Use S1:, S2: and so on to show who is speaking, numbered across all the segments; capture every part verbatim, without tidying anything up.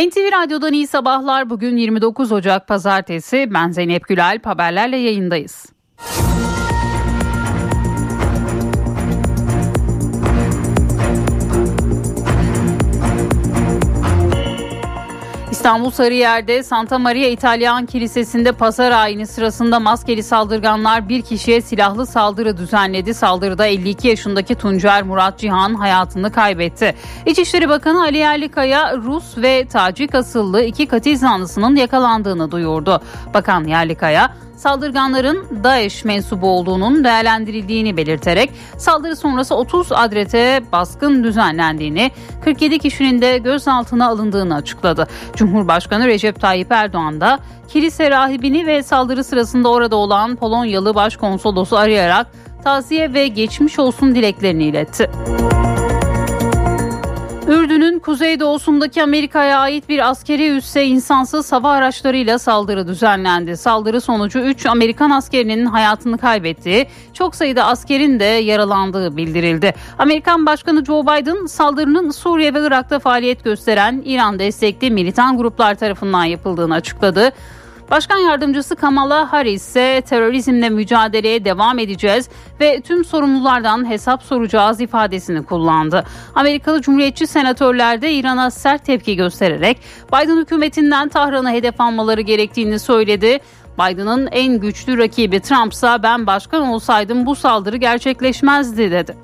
S1: N T V Radyo'dan iyi sabahlar. Bugün yirmi dokuz Ocak Pazartesi. Ben Zeynep Gülalp, haberlerle yayındayız. İstanbul Sarıyer'de Santa Maria İtalyan Kilisesi'nde pazar ayini sırasında maskeli saldırganlar bir kişiye silahlı saldırı düzenledi. Saldırıda elli iki yaşındaki Tuncer Murat Cihan hayatını kaybetti. İçişleri Bakanı Ali Yerlikaya, Rus ve Tacik asıllı iki katil zanlısının yakalandığını duyurdu. Bakan Yerlikaya, saldırganların DAEŞ mensubu olduğunun değerlendirildiğini belirterek saldırı sonrası otuz adrete baskın düzenlendiğini, kırk yedi kişinin de gözaltına alındığını açıkladı. Cumhurbaşkanı Recep Tayyip Erdoğan da kilise rahibini ve saldırı sırasında orada olan Polonyalı başkonsolosu arayarak taziye ve geçmiş olsun dileklerini iletti. Ürdün'ün kuzeydoğusundaki Amerika'ya ait bir askeri üsse insansız hava araçlarıyla saldırı düzenlendi. Saldırı sonucu üç Amerikan askerinin hayatını kaybettiği, çok sayıda askerin de yaralandığı bildirildi. Amerikan Başkanı Joe Biden, saldırının Suriye ve Irak'ta faaliyet gösteren İran destekli militan gruplar tarafından yapıldığını açıkladı. Başkan Yardımcısı Kamala Harris ise terörizmle mücadeleye devam edeceğiz ve tüm sorumlulardan hesap soracağız ifadesini kullandı. Amerikalı Cumhuriyetçi senatörler de İran'a sert tepki göstererek Biden hükümetinden Tahran'a hedef almaları gerektiğini söyledi. Biden'ın en güçlü rakibi Trump'sa ben başkan olsaydım bu saldırı gerçekleşmezdi dedi.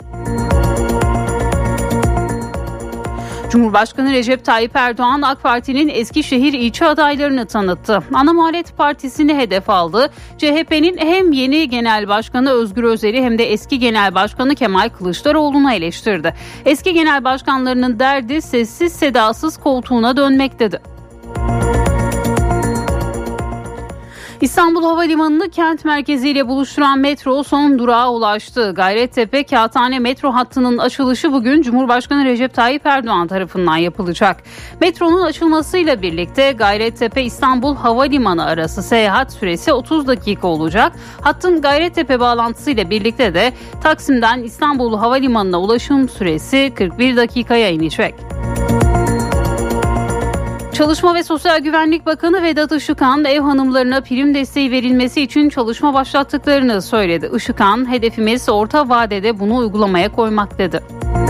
S1: Cumhurbaşkanı Recep Tayyip Erdoğan, AK Parti'nin Eskişehir ilçe adaylarını tanıttı. Ana Muhalefet Partisi'ni hedef aldı. C H P'nin hem yeni Genel Başkanı Özgür Özel'i hem de eski Genel Başkanı Kemal Kılıçdaroğlu'nu eleştirdi. Eski genel başkanlarının derdi sessiz sedasız koltuğuna dönmek dedi. İstanbul Havalimanı'nı kent merkeziyle buluşturan metro son durağa ulaştı. Gayrettepe Kağıthane metro hattının açılışı bugün Cumhurbaşkanı Recep Tayyip Erdoğan tarafından yapılacak. Metronun açılmasıyla birlikte Gayrettepe İstanbul Havalimanı arası seyahat süresi otuz dakika olacak. Hattın Gayrettepe bağlantısıyla birlikte de Taksim'den İstanbul Havalimanı'na ulaşım süresi kırk bir dakikaya inecek. Çalışma ve Sosyal Güvenlik Bakanı Vedat Işıkhan, ev hanımlarına prim desteği verilmesi için çalışma başlattıklarını söyledi. Işıkhan, hedefimiz orta vadede bunu uygulamaya koymak dedi.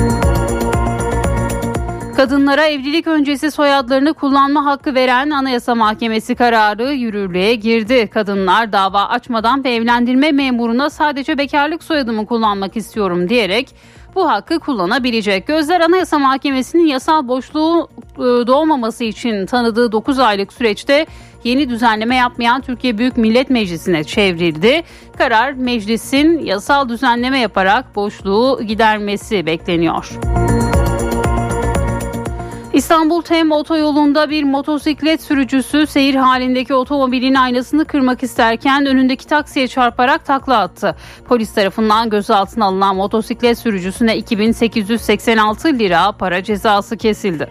S1: Kadınlara evlilik öncesi soyadlarını kullanma hakkı veren Anayasa Mahkemesi kararı yürürlüğe girdi. Kadınlar dava açmadan ve evlendirme memuruna sadece bekarlık soyadımı kullanmak istiyorum diyerek bu hakkı kullanabilecek. Gözler Anayasa Mahkemesi'nin yasal boşluğu doğmaması için tanıdığı dokuz aylık süreçte yeni düzenleme yapmayan Türkiye Büyük Millet Meclisi'ne çevrildi. Karar meclisin yasal düzenleme yaparak boşluğu gidermesi bekleniyor. İstanbul Tem otoyolunda bir motosiklet sürücüsü seyir halindeki otomobilin aynasını kırmak isterken önündeki taksiye çarparak takla attı. Polis tarafından gözaltına alınan motosiklet sürücüsüne iki bin sekiz yüz seksen altı lira para cezası kesildi.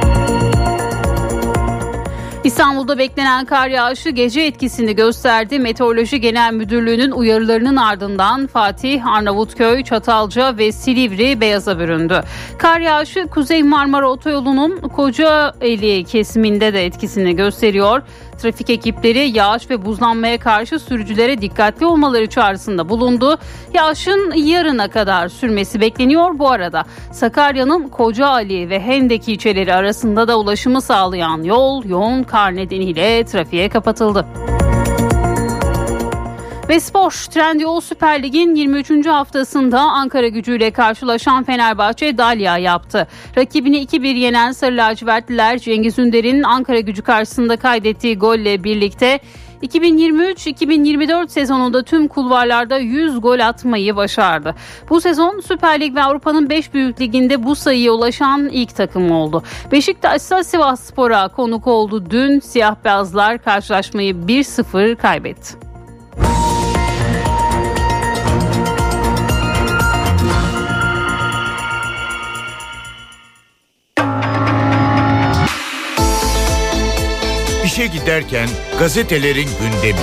S1: İstanbul'da beklenen kar yağışı gece etkisini gösterdi. Meteoroloji Genel Müdürlüğü'nün uyarılarının ardından Fatih, Arnavutköy, Çatalca ve Silivri beyaza büründü. Kar yağışı Kuzey Marmara Otoyolu'nun Kocaeli kesiminde de etkisini gösteriyor. Trafik ekipleri yağış ve buzlanmaya karşı sürücülere dikkatli olmaları çağrısında bulundu. Yağışın yarına kadar sürmesi bekleniyor. Bu arada Sakarya'nın Kocaeli ve Hendek ilçeleri arasında da ulaşımı sağlayan yol yoğun kar nedeniyle trafiğe kapatıldı. Ve spor, Trendyol Süper Lig'in yirmi üçüncü haftasında Ankara Gücü'yle karşılaşan Fenerbahçe dalya yaptı. Rakibini iki bir yenen Sarı Lacivertliler Cengiz Ünder'in Ankara Gücü karşısında kaydettiği golle birlikte iki bin yirmi üç iki bin yirmi dört sezonunda tüm kulvarlarda yüz gol atmayı başardı. Bu sezon Süper Lig ve Avrupa'nın beş büyük liginde bu sayıya ulaşan ilk takım oldu. Beşiktaş ise Sivasspor'a konuk oldu. Dün siyah beyazlar karşılaşmayı bir sıfır kaybetti.
S2: İşe giderken gazetelerin gündemi.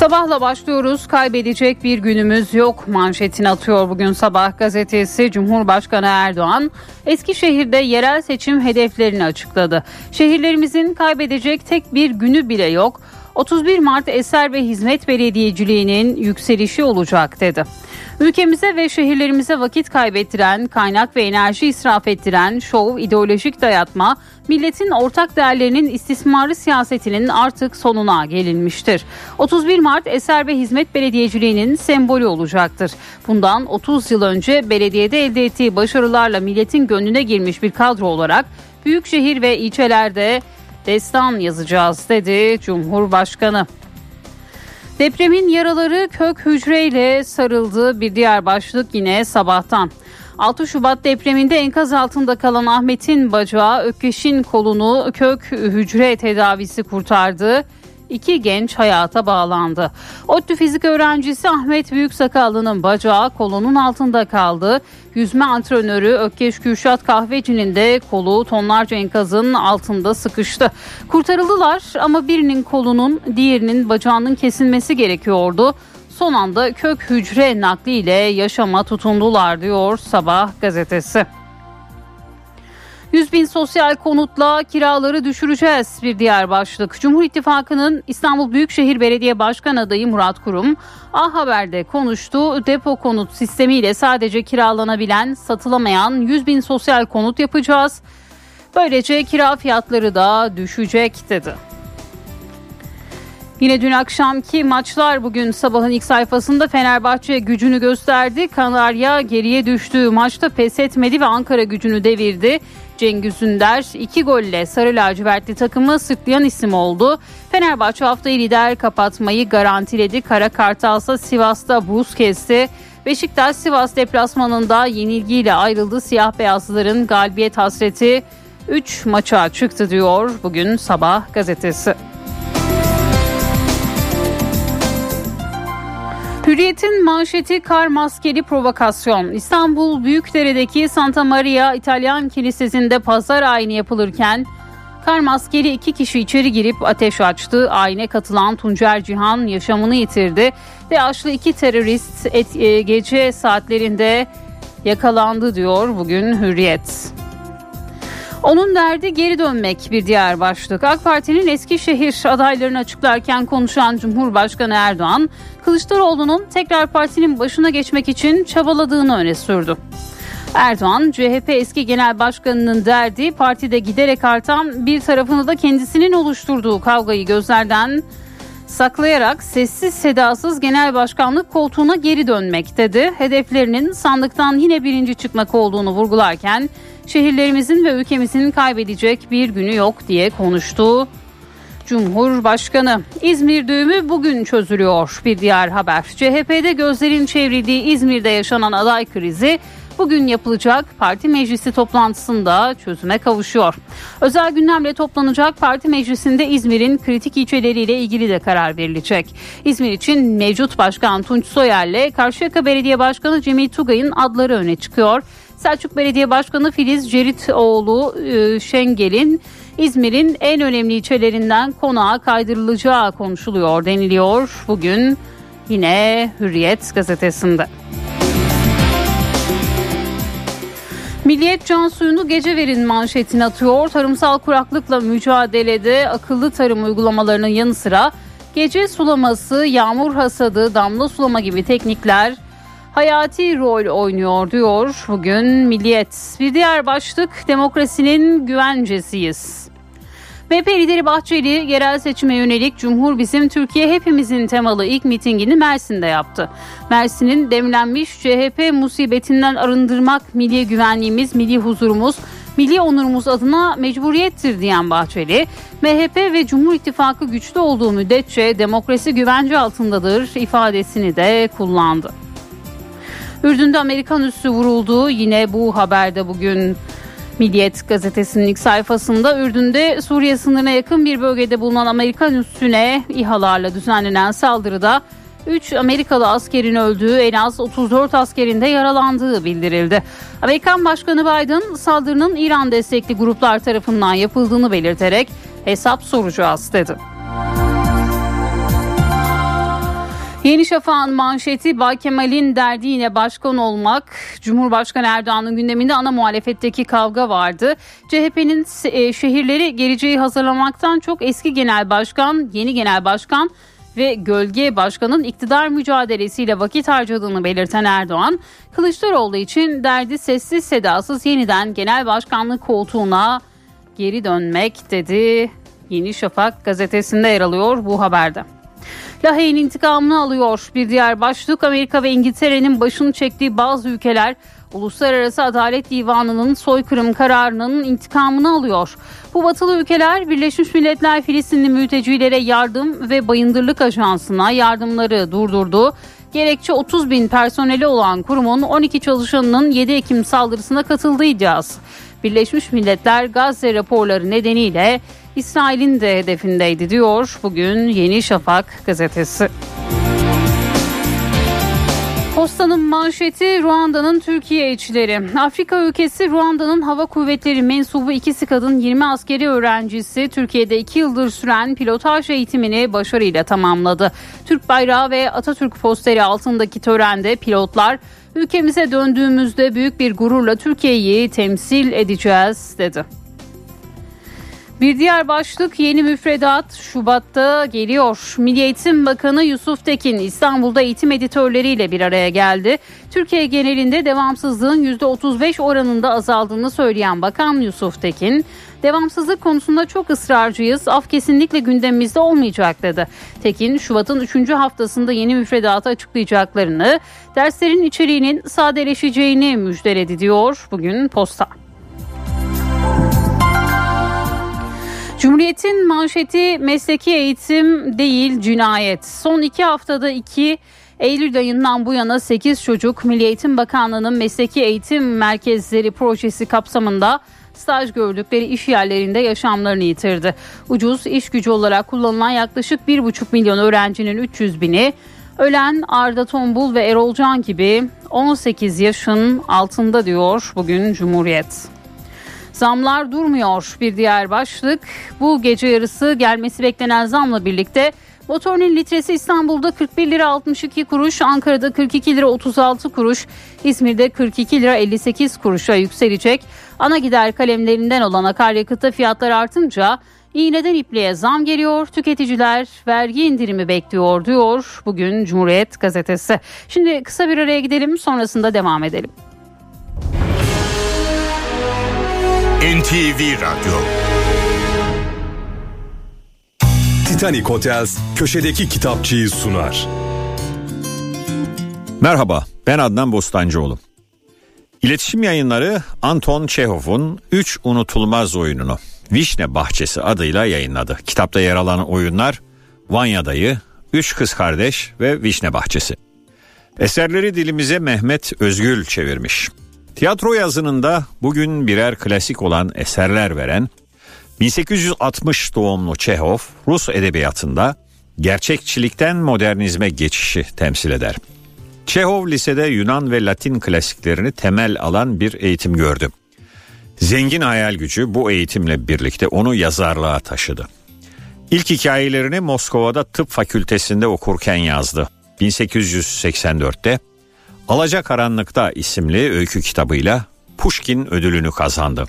S1: Sabahla başlıyoruz. Kaybedecek bir günümüz yok manşetini atıyor bugün Sabah gazetesi. Cumhurbaşkanı Erdoğan Eskişehir'de yerel seçim hedeflerini açıkladı. Şehirlerimizin kaybedecek tek bir günü bile yok. otuz bir Mart Eser ve Hizmet Belediyeciliğinin yükselişi olacak dedi. Ülkemize ve şehirlerimize vakit kaybettiren, kaynak ve enerji israf ettiren şov, ideolojik dayatma, milletin ortak değerlerinin istismarı siyasetinin artık sonuna gelinmiştir. otuz bir Mart Eser ve Hizmet Belediyeciliğinin sembolü olacaktır. Bundan otuz yıl önce belediyede elde ettiği başarılarla milletin gönlüne girmiş bir kadro olarak büyükşehir ve ilçelerde destan yazacağız dedi Cumhurbaşkanı. Depremin yaraları kök hücreyle sarıldı. Bir diğer başlık yine Sabah'tan. altı Şubat depreminde enkaz altında kalan Ahmet'in bacağı, Ökkeş'in kolunu kök hücre tedavisi kurtardı. İki genç hayata bağlandı. ODTÜ fizik öğrencisi Ahmet Büyüksakallı'nın bacağı kolunun altında kaldı. Yüzme antrenörü Ökkeş Kürşat Kahveci'nin de kolu tonlarca enkazın altında sıkıştı. Kurtarıldılar ama birinin kolunun, diğerinin bacağının kesilmesi gerekiyordu. Son anda kök hücre nakliyle yaşama tutundular diyor Sabah gazetesi. yüz bin sosyal konutla kiraları düşüreceğiz bir diğer başlık. Cumhur İttifakı'nın İstanbul Büyükşehir Belediye Başkan adayı Murat Kurum, A Haber'de konuştu. Depo konut sistemiyle sadece kiralanabilen, satılamayan yüz bin sosyal konut yapacağız. Böylece kira fiyatları da düşecek dedi. Yine dün akşamki maçlar bugün sabahın ilk sayfasında. Fenerbahçe gücünü gösterdi. Kanarya geriye düştüğü maçta pes etmedi ve Ankara gücünü devirdi. Cengiz Ünder iki golle sarı lacivertli takımı sırtlayan isim oldu. Fenerbahçe haftayı lider kapatmayı garantiledi. Kara Kartalsa Sivas'ta buz kesti. Beşiktaş Sivas deplasmanında yenilgiyle ayrıldı. Siyah beyazlıların galibiyet hasreti üç maça çıktı diyor bugün Sabah gazetesi. Hürriyet'in manşeti kar maskeli provokasyon. İstanbul Büyükdere'deki Santa Maria İtalyan Kilisesi'nde pazar ayini yapılırken kar maskeli iki kişi içeri girip ateş açtı. Ayine katılan Tuncer Cihan yaşamını yitirdi. DAEŞ'lı iki terörist et, e, gece saatlerinde yakalandı diyor bugün Hürriyet. Onun derdi geri dönmek bir diğer başlık. AK Parti'nin Eskişehir adaylarını açıklarken konuşan Cumhurbaşkanı Erdoğan, Kılıçdaroğlu'nun tekrar partinin başına geçmek için çabaladığını öne sürdü. Erdoğan, C H P eski genel başkanının derdi partide giderek artan, bir tarafını da kendisinin oluşturduğu kavgayı gözlerden saklayarak sessiz sedasız genel başkanlık koltuğuna geri dönmek dedi. Hedeflerinin sandıktan yine birinci çıkmak olduğunu vurgularken şehirlerimizin ve ülkemizin kaybedecek bir günü yok diye konuştu. Cumhurbaşkanı İzmir düğümü bugün çözülüyor bir diğer haber. C H P'de gözlerin çevrildiği İzmir'de yaşanan aday krizi bugün yapılacak parti meclisi toplantısında çözüme kavuşuyor. Özel gündemle toplanacak parti meclisinde İzmir'in kritik ilçeleriyle ilgili de karar verilecek. İzmir için mevcut başkan Tunç Soyer'le Karşıyaka Belediye Başkanı Cemil Tugay'ın adları öne çıkıyor. Selçuk Belediye Başkanı Filiz Ceritoğlu Şengel'in İzmir'in en önemli ilçelerinden konağa kaydırılacağı konuşuluyor deniliyor bugün yine Hürriyet gazetesinde. Milliyet can suyunu gece verin manşetini atıyor. Tarımsal kuraklıkla mücadelede akıllı tarım uygulamalarının yanı sıra gece sulaması, yağmur hasadı, damla sulama gibi teknikler hayati rol oynuyor diyor bugün Milliyet. Bir diğer başlık demokrasinin güvencesiyiz. M H P lideri Bahçeli yerel seçime yönelik Cumhur Bizim Türkiye Hepimizin temalı ilk mitingini Mersin'de yaptı. Mersin'in demlenmiş C H P musibetinden arındırmak milli güvenliğimiz, milli huzurumuz, milli onurumuz adına mecburiyettir diyen Bahçeli, M H P ve Cumhur İttifakı güçlü olduğu müddetçe demokrasi güvence altındadır ifadesini de kullandı. Ürdün'de Amerikan üssü vuruldu. Yine bu haberde bugün Milliyet gazetesinin ilk sayfasında Ürdün'de Suriye sınırına yakın bir bölgede bulunan Amerikan üssüne İHA'larla düzenlenen saldırıda üç Amerikalı askerin öldüğü, en az otuz dört askerin de yaralandığı bildirildi. Amerikan Başkanı Biden saldırının İran destekli gruplar tarafından yapıldığını belirterek hesap soracağız dedi. Yeni Şafak'ın manşeti Bay Kemal'in derdi yine başkan olmak. Cumhurbaşkanı Erdoğan'ın gündeminde ana muhalefetteki kavga vardı. C H P'nin şehirleri geleceği hazırlamaktan çok eski genel başkan, yeni genel başkan ve gölge başkanın iktidar mücadelesiyle vakit harcadığını belirten Erdoğan, Kılıçdaroğlu için derdi sessiz sedasız yeniden genel başkanlık koltuğuna geri dönmek dedi. Yeni Şafak gazetesinde yer alıyor bu haberde. Lahey'in intikamını alıyor. Bir diğer başlık, Amerika ve İngiltere'nin başını çektiği bazı ülkeler Uluslararası Adalet Divanı'nın soykırım kararının intikamını alıyor. Bu batılı ülkeler Birleşmiş Milletler Filistinli mültecilere yardım ve bayındırlık ajansına yardımları durdurdu. Gerekçe otuz bin personeli olan kurumun on iki çalışanının yedi Ekim saldırısına katıldığı iddiası. Birleşmiş Milletler Gazze raporları nedeniyle İsrail'in de hedefindeydi diyor bugün Yeni Şafak gazetesi. Posta'nın manşeti Ruanda'nın Türkiye elçileri. Afrika ülkesi Ruanda'nın hava kuvvetleri mensubu ikisi kadın yirmi askeri öğrencisi Türkiye'de iki yıldır süren pilotaj eğitimini başarıyla tamamladı. Türk bayrağı ve Atatürk posteri altındaki törende pilotlar ülkemize döndüğümüzde büyük bir gururla Türkiye'yi temsil edeceğiz dedi. Bir diğer başlık, yeni müfredat Şubat'ta geliyor. Milli Eğitim Bakanı Yusuf Tekin İstanbul'da eğitim editörleriyle bir araya geldi. Türkiye genelinde devamsızlığın yüzde otuz beş oranında azaldığını söyleyen Bakan Yusuf Tekin, devamsızlık konusunda çok ısrarcıyız, af kesinlikle gündemimizde olmayacak dedi. Tekin, Şubat'ın üçüncü haftasında yeni müfredatı açıklayacaklarını, derslerin içeriğinin sadeleşeceğini müjdeledi diyor bugün Posta. Cumhuriyet'in manşeti mesleki eğitim değil cinayet. Son iki haftada iki Eylül ayından bu yana sekiz çocuk Milli Eğitim Bakanlığı'nın mesleki eğitim merkezleri projesi kapsamında staj gördükleri iş yerlerinde yaşamlarını yitirdi. Ucuz iş gücü olarak kullanılan yaklaşık bir buçuk milyon öğrencinin üç yüz bini ölen Arda Tombul ve Erol Can gibi on sekiz yaşın altında diyor bugün Cumhuriyet. Zamlar durmuyor. Bir diğer başlık, bu gece yarısı gelmesi beklenen zamla birlikte motorinin litresi İstanbul'da kırk bir lira altmış iki kuruş, Ankara'da kırk iki lira otuz altı kuruş, İzmir'de kırk iki lira elli sekiz kuruşa yükselecek. Ana gider kalemlerinden olan akaryakıtta fiyatlar artınca iğneden ipliğe zam geliyor. Tüketiciler vergi indirimi bekliyor diyor bugün Cumhuriyet gazetesi. Şimdi kısa bir araya gidelim, sonrasında devam edelim.
S2: N T V Radyo.
S3: Titanic Hotels köşedeki kitapçıyı sunar.
S4: Merhaba, ben Adnan Bostancıoğlu. İletişim Yayınları Anton Çehov'un Üç Unutulmaz oyununu Vişne Bahçesi adıyla yayınladı. Kitapta yer alan oyunlar Vanya Dayı, Üç Kız Kardeş ve Vişne Bahçesi. Eserleri dilimize Mehmet Özgül çevirmiş. Tiyatro yazınında bugün birer klasik olan eserler veren bin sekiz yüz altmış doğumlu Çehov, Rus edebiyatında gerçekçilikten modernizme geçişi temsil eder. Çehov lisede Yunan ve Latin klasiklerini temel alan bir eğitim gördü. Zengin hayal gücü bu eğitimle birlikte onu yazarlığa taşıdı. İlk hikayelerini Moskova'da tıp fakültesinde okurken yazdı. bin sekiz yüz seksen dörtte Alacakaranlık'ta isimli öykü kitabıyla Pushkin ödülünü kazandı.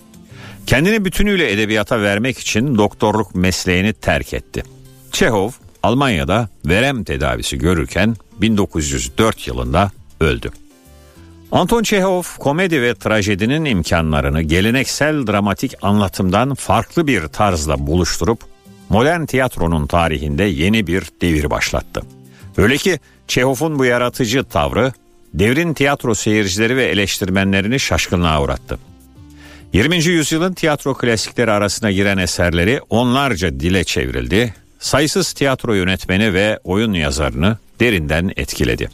S4: Kendini bütünüyle edebiyata vermek için doktorluk mesleğini terk etti. Çehov Almanya'da verem tedavisi görürken bin dokuz yüz dört yılında öldü. Anton Çehov komedi ve trajedinin imkanlarını geleneksel dramatik anlatımdan farklı bir tarzla buluşturup modern tiyatronun tarihinde yeni bir devir başlattı. Öyle ki Çehov'un bu yaratıcı tavrı devrin tiyatro seyircileri ve eleştirmenlerini şaşkınlığa uğrattı. yirminci yüzyılın tiyatro klasikleri arasına giren eserleri onlarca dile çevrildi. Sayısız tiyatro yönetmeni ve oyun yazarını derinden etkiledi.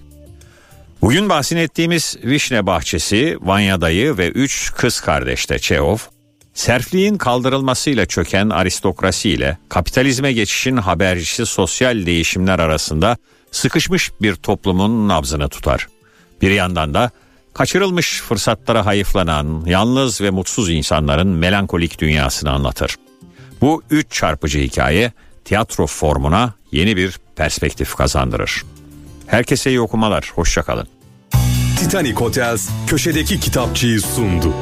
S4: Bugün bahsettiğimiz Vişne Bahçesi, Vanya Dayı ve Üç Kız Kardeş'te Çehov, serfliğin kaldırılmasıyla çöken aristokrasiyle kapitalizme geçişin habercisi sosyal değişimler arasında sıkışmış bir toplumun nabzını tutar. Bir yandan da kaçırılmış fırsatlara hayıflanan, yalnız ve mutsuz insanların melankolik dünyasını anlatır. Bu üç çarpıcı hikaye tiyatro formuna yeni bir perspektif kazandırır. Herkese iyi okumalar. Hoşça kalın.
S3: Titanic Hotels köşedeki kitapçıyı sundu.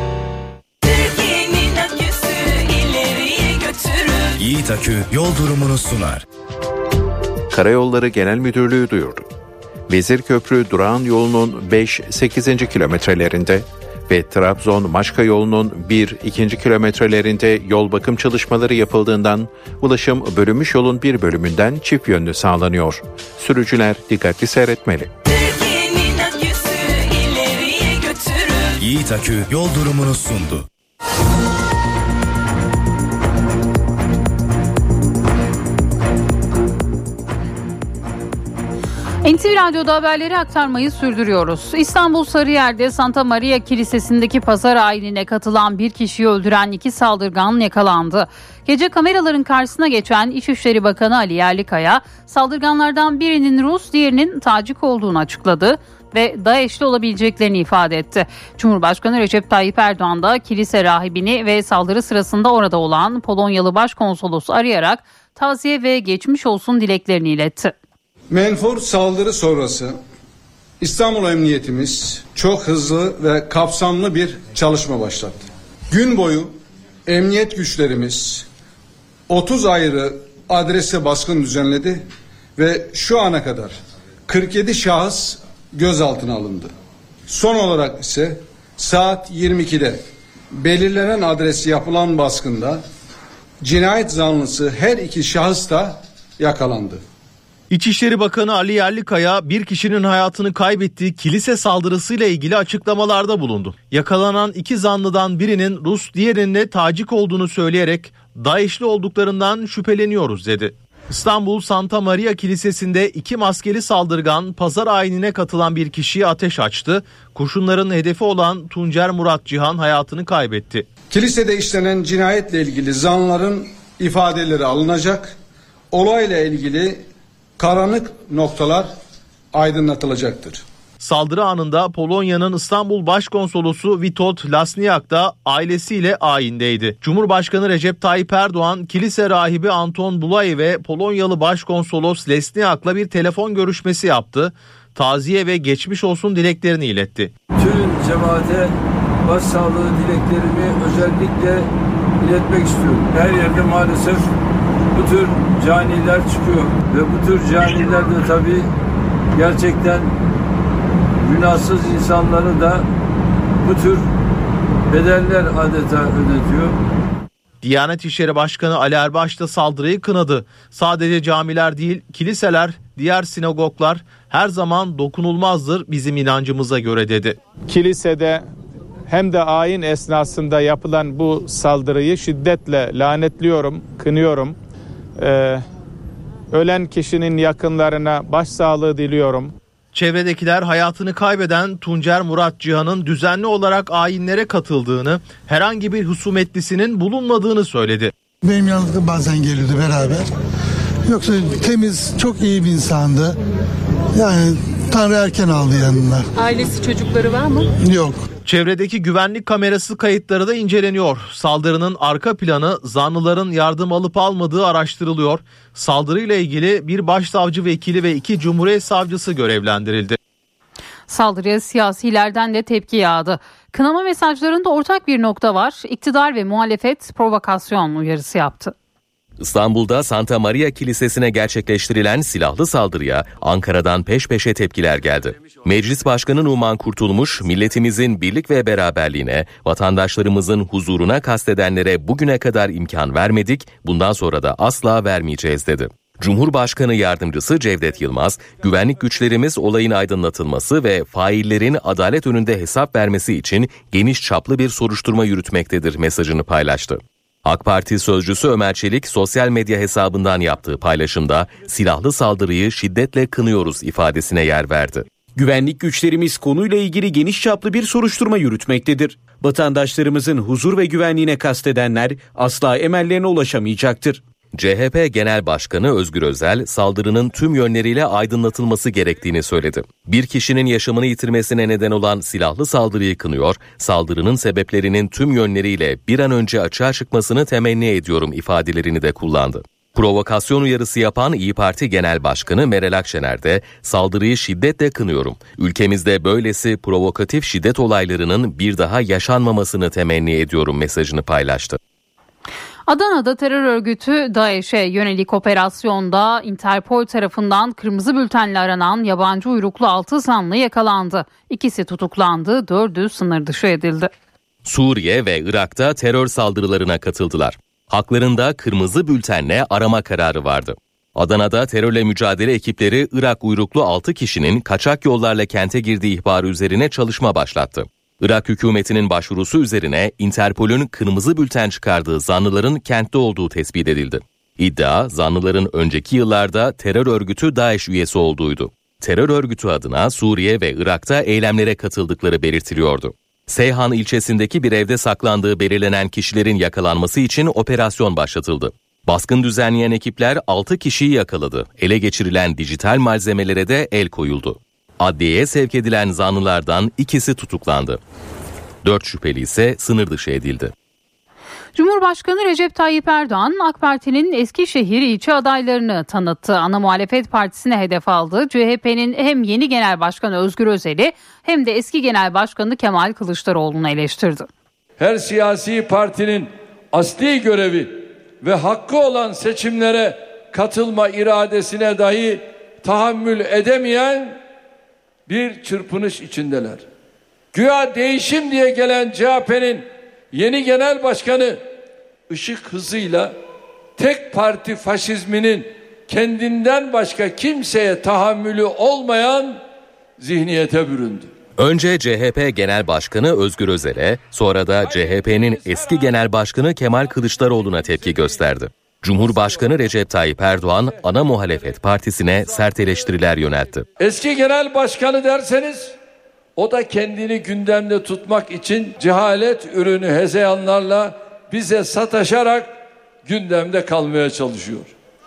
S5: Yiğit Akü yol durumunu sunar.
S6: Karayolları Genel Müdürlüğü duyurdu. Vezirköprü Durağan yolunun beş sekizinci kilometrelerinde ve Trabzon-Maçka yolunun bir ikinci kilometrelerinde yol bakım çalışmaları yapıldığından ulaşım bölünmüş yolun bir bölümünden çift yönlü sağlanıyor. Sürücüler dikkatli seyretmeli.
S5: Yiğit Akü yol durumunu sundu.
S1: N T V Radyo'da haberleri aktarmayı sürdürüyoruz. İstanbul Sarıyer'de Santa Maria Kilisesi'ndeki pazar ayinine katılan bir kişiyi öldüren iki saldırgan yakalandı. Gece kameraların karşısına geçen İçişleri Bakanı Ali Yerlikaya, saldırganlardan birinin Rus, diğerinin Tacik olduğunu açıkladı ve DAEŞ'li olabileceklerini ifade etti. Cumhurbaşkanı Recep Tayyip Erdoğan da kilise rahibini ve saldırı sırasında orada olan Polonyalı Başkonsolosu arayarak taziye ve geçmiş olsun dileklerini iletti.
S7: Menfur saldırı sonrası İstanbul Emniyetimiz çok hızlı ve kapsamlı bir çalışma başlattı. Gün boyu emniyet güçlerimiz otuz ayrı adrese baskın düzenledi ve şu ana kadar kırk yedi şahıs gözaltına alındı. Son olarak ise saat yirmi ikide belirlenen adresi yapılan baskında cinayet zanlısı her iki şahıs da yakalandı.
S8: İçişleri Bakanı Ali Yerlikaya bir kişinin hayatını kaybettiği kilise saldırısıyla ilgili açıklamalarda bulundu. Yakalanan iki zanlıdan birinin Rus, diğerinin de Tacik olduğunu söyleyerek DAEŞ'li olduklarından şüpheleniyoruz dedi. İstanbul Santa Maria Kilisesi'nde iki maskeli saldırgan pazar ayinine katılan bir kişiye ateş açtı. Kurşunların hedefi olan Tuncer Murat Cihan hayatını kaybetti.
S7: Kilisede işlenen cinayetle ilgili zanlıların ifadeleri alınacak. Olayla ilgili karanlık noktalar aydınlatılacaktır.
S8: Saldırı anında Polonya'nın İstanbul Başkonsolosu Witold Lasniak da ailesiyle ayindeydi. Cumhurbaşkanı Recep Tayyip Erdoğan, kilise rahibi Anton Bulay ve Polonyalı Başkonsolos Lesniak'la bir telefon görüşmesi yaptı. Taziye ve geçmiş olsun dileklerini iletti.
S9: Tüm cemaate başsağlığı dileklerimi özellikle iletmek istiyorum. Her yerde maalesef bu tür caniler çıkıyor ve bu tür caniler de tabii gerçekten günahsız insanları da bu tür bedeller adeta ödetiyor.
S8: Diyanet İşleri Başkanı Ali Erbaş da saldırıyı kınadı. Sadece camiler değil, kiliseler, diğer sinagoglar her zaman dokunulmazdır bizim inancımıza göre dedi.
S10: Kilisede hem de ayin esnasında yapılan bu saldırıyı şiddetle lanetliyorum, kınıyorum. Ee, ölen kişinin yakınlarına başsağlığı diliyorum.
S8: Çevredekiler hayatını kaybeden Tuncer Murat Cihan'ın düzenli olarak ayinlere katıldığını, herhangi bir husumetlisinin bulunmadığını söyledi.
S11: Benim yanımda bazen geliyordu beraber. Yoksa temiz, çok iyi bir insandı. Yani Tanrı erken aldı yanına.
S12: Ailesi, çocukları var mı?
S11: Yok.
S8: Çevredeki güvenlik kamerası kayıtları da inceleniyor. Saldırının arka planı, zanlıların yardım alıp almadığı araştırılıyor. Saldırıyla ilgili bir başsavcı vekili ve iki cumhuriyet savcısı görevlendirildi.
S1: Saldırıya siyasilerden de tepki yağdı. Kınama mesajlarında ortak bir nokta var. İktidar ve muhalefet provokasyon uyarısı yaptı.
S13: İstanbul'da Santa Maria Kilisesi'ne gerçekleştirilen silahlı saldırıya Ankara'dan peş peşe tepkiler geldi. Meclis Başkanı Numan Kurtulmuş, milletimizin birlik ve beraberliğine, vatandaşlarımızın huzuruna kastedenlere bugüne kadar imkan vermedik, bundan sonra da asla vermeyeceğiz dedi. Cumhurbaşkanı Yardımcısı Cevdet Yılmaz, güvenlik güçlerimiz olayın aydınlatılması ve faillerin adalet önünde hesap vermesi için geniş çaplı bir soruşturma yürütmektedir mesajını paylaştı. AK Parti sözcüsü Ömer Çelik sosyal medya hesabından yaptığı paylaşımda silahlı saldırıyı şiddetle kınıyoruz ifadesine yer verdi.
S14: Güvenlik güçlerimiz konuyla ilgili geniş çaplı bir soruşturma yürütmektedir. Vatandaşlarımızın huzur ve güvenliğine kastedenler asla emellerine ulaşamayacaktır.
S13: C H P Genel Başkanı Özgür Özel saldırının tüm yönleriyle aydınlatılması gerektiğini söyledi. Bir kişinin yaşamını yitirmesine neden olan silahlı saldırıyı kınıyor, saldırının sebeplerinin tüm yönleriyle bir an önce açığa çıkmasını temenni ediyorum ifadelerini de kullandı. Provokasyon uyarısı yapan İYİ Parti Genel Başkanı Meral Akşener de saldırıyı şiddetle kınıyorum. Ülkemizde böylesi provokatif şiddet olaylarının bir daha yaşanmamasını temenni ediyorum mesajını paylaştı.
S1: Adana'da terör örgütü DAEŞ'e yönelik operasyonda Interpol tarafından kırmızı bültenle aranan yabancı uyruklu altı zanlı yakalandı. İkisi tutuklandı, dördü sınır dışı edildi.
S13: Suriye ve Irak'ta terör saldırılarına katıldılar. Haklarında kırmızı bültenle arama kararı vardı. Adana'da terörle mücadele ekipleri Irak uyruklu altı kişinin kaçak yollarla kente girdiği ihbarı üzerine çalışma başlattı. Irak hükümetinin başvurusu üzerine Interpol'ün kırmızı bülten çıkardığı zanlıların kentte olduğu tespit edildi. İddia, zanlıların önceki yıllarda terör örgütü DAEŞ üyesi olduğuydu. Terör örgütü adına Suriye ve Irak'ta eylemlere katıldıkları belirtiliyordu. Seyhan ilçesindeki bir evde saklandığı belirlenen kişilerin yakalanması için operasyon başlatıldı. Baskın düzenleyen ekipler altı kişiyi yakaladı. Ele geçirilen dijital malzemelere de el koyuldu. Adliyeye sevk edilen zanlılardan ikisi tutuklandı. Dört şüpheli ise sınır dışı edildi.
S1: Cumhurbaşkanı Recep Tayyip Erdoğan, AK Parti'nin Eskişehir ilçe adaylarını tanıttı. Ana Muhalefet Partisi'ne hedef aldı. C H P'nin hem yeni Genel Başkanı Özgür Özel'i hem de eski Genel Başkanı Kemal Kılıçdaroğlu'nu eleştirdi.
S9: Her siyasi partinin asli görevi ve hakkı olan seçimlere katılma iradesine dahi tahammül edemeyen bir çırpınış içindeler. Güya değişim diye gelen C H P'nin yeni genel başkanı ışık hızıyla tek parti faşizminin kendinden başka kimseye tahammülü olmayan zihniyete büründü.
S13: Önce C H P Genel Başkanı Özgür Özel'e, sonra da C H P'nin eski Genel Başkanı Kemal Kılıçdaroğlu'na tepki gösterdi. Cumhurbaşkanı Recep Tayyip Erdoğan, Ana Muhalefet Partisi'ne sert eleştiriler yöneltti.
S9: Eski genel başkanı derseniz, o da kendini gündemde tutmak için cehalet ürünü hezeyanlarla bize sataşarak gündemde kalmaya çalışıyor.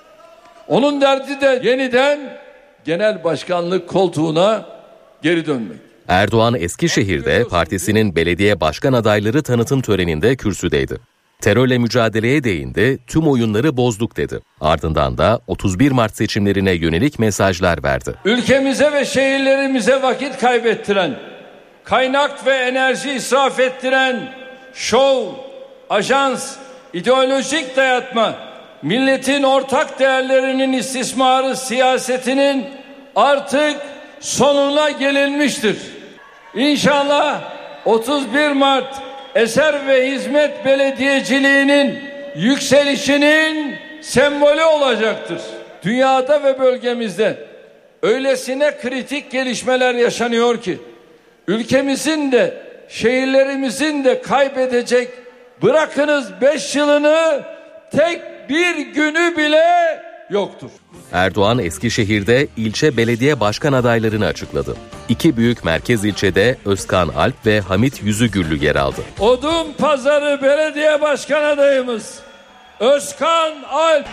S9: Onun derdi de yeniden genel başkanlık koltuğuna geri dönmek.
S13: Erdoğan Eskişehir'de partisinin belediye başkan adayları tanıtım töreninde kürsüdeydi. Terörle mücadeleye değindi, tüm oyunları bozduk dedi. Ardından da otuz bir Mart seçimlerine yönelik mesajlar verdi.
S9: Ülkemize ve şehirlerimize vakit kaybettiren, kaynak ve enerji israf ettiren, şov, ajans, ideolojik dayatma, milletin ortak değerlerinin istismarı siyasetinin artık sonuna gelinmiştir. İnşallah otuz bir Mart eser ve hizmet belediyeciliğinin yükselişinin sembolü olacaktır. Dünyada ve bölgemizde öylesine kritik gelişmeler yaşanıyor ki ülkemizin de şehirlerimizin de kaybedecek bırakınız beş yılını tek bir günü bile yoktur.
S13: Erdoğan Eskişehir'de ilçe belediye başkan adaylarını açıkladı. İki büyük merkez ilçede Özkan Alp ve Hamit Yüzügüllü yer aldı.
S9: Odunpazarı Belediye Başkan adayımız Özkan Alp.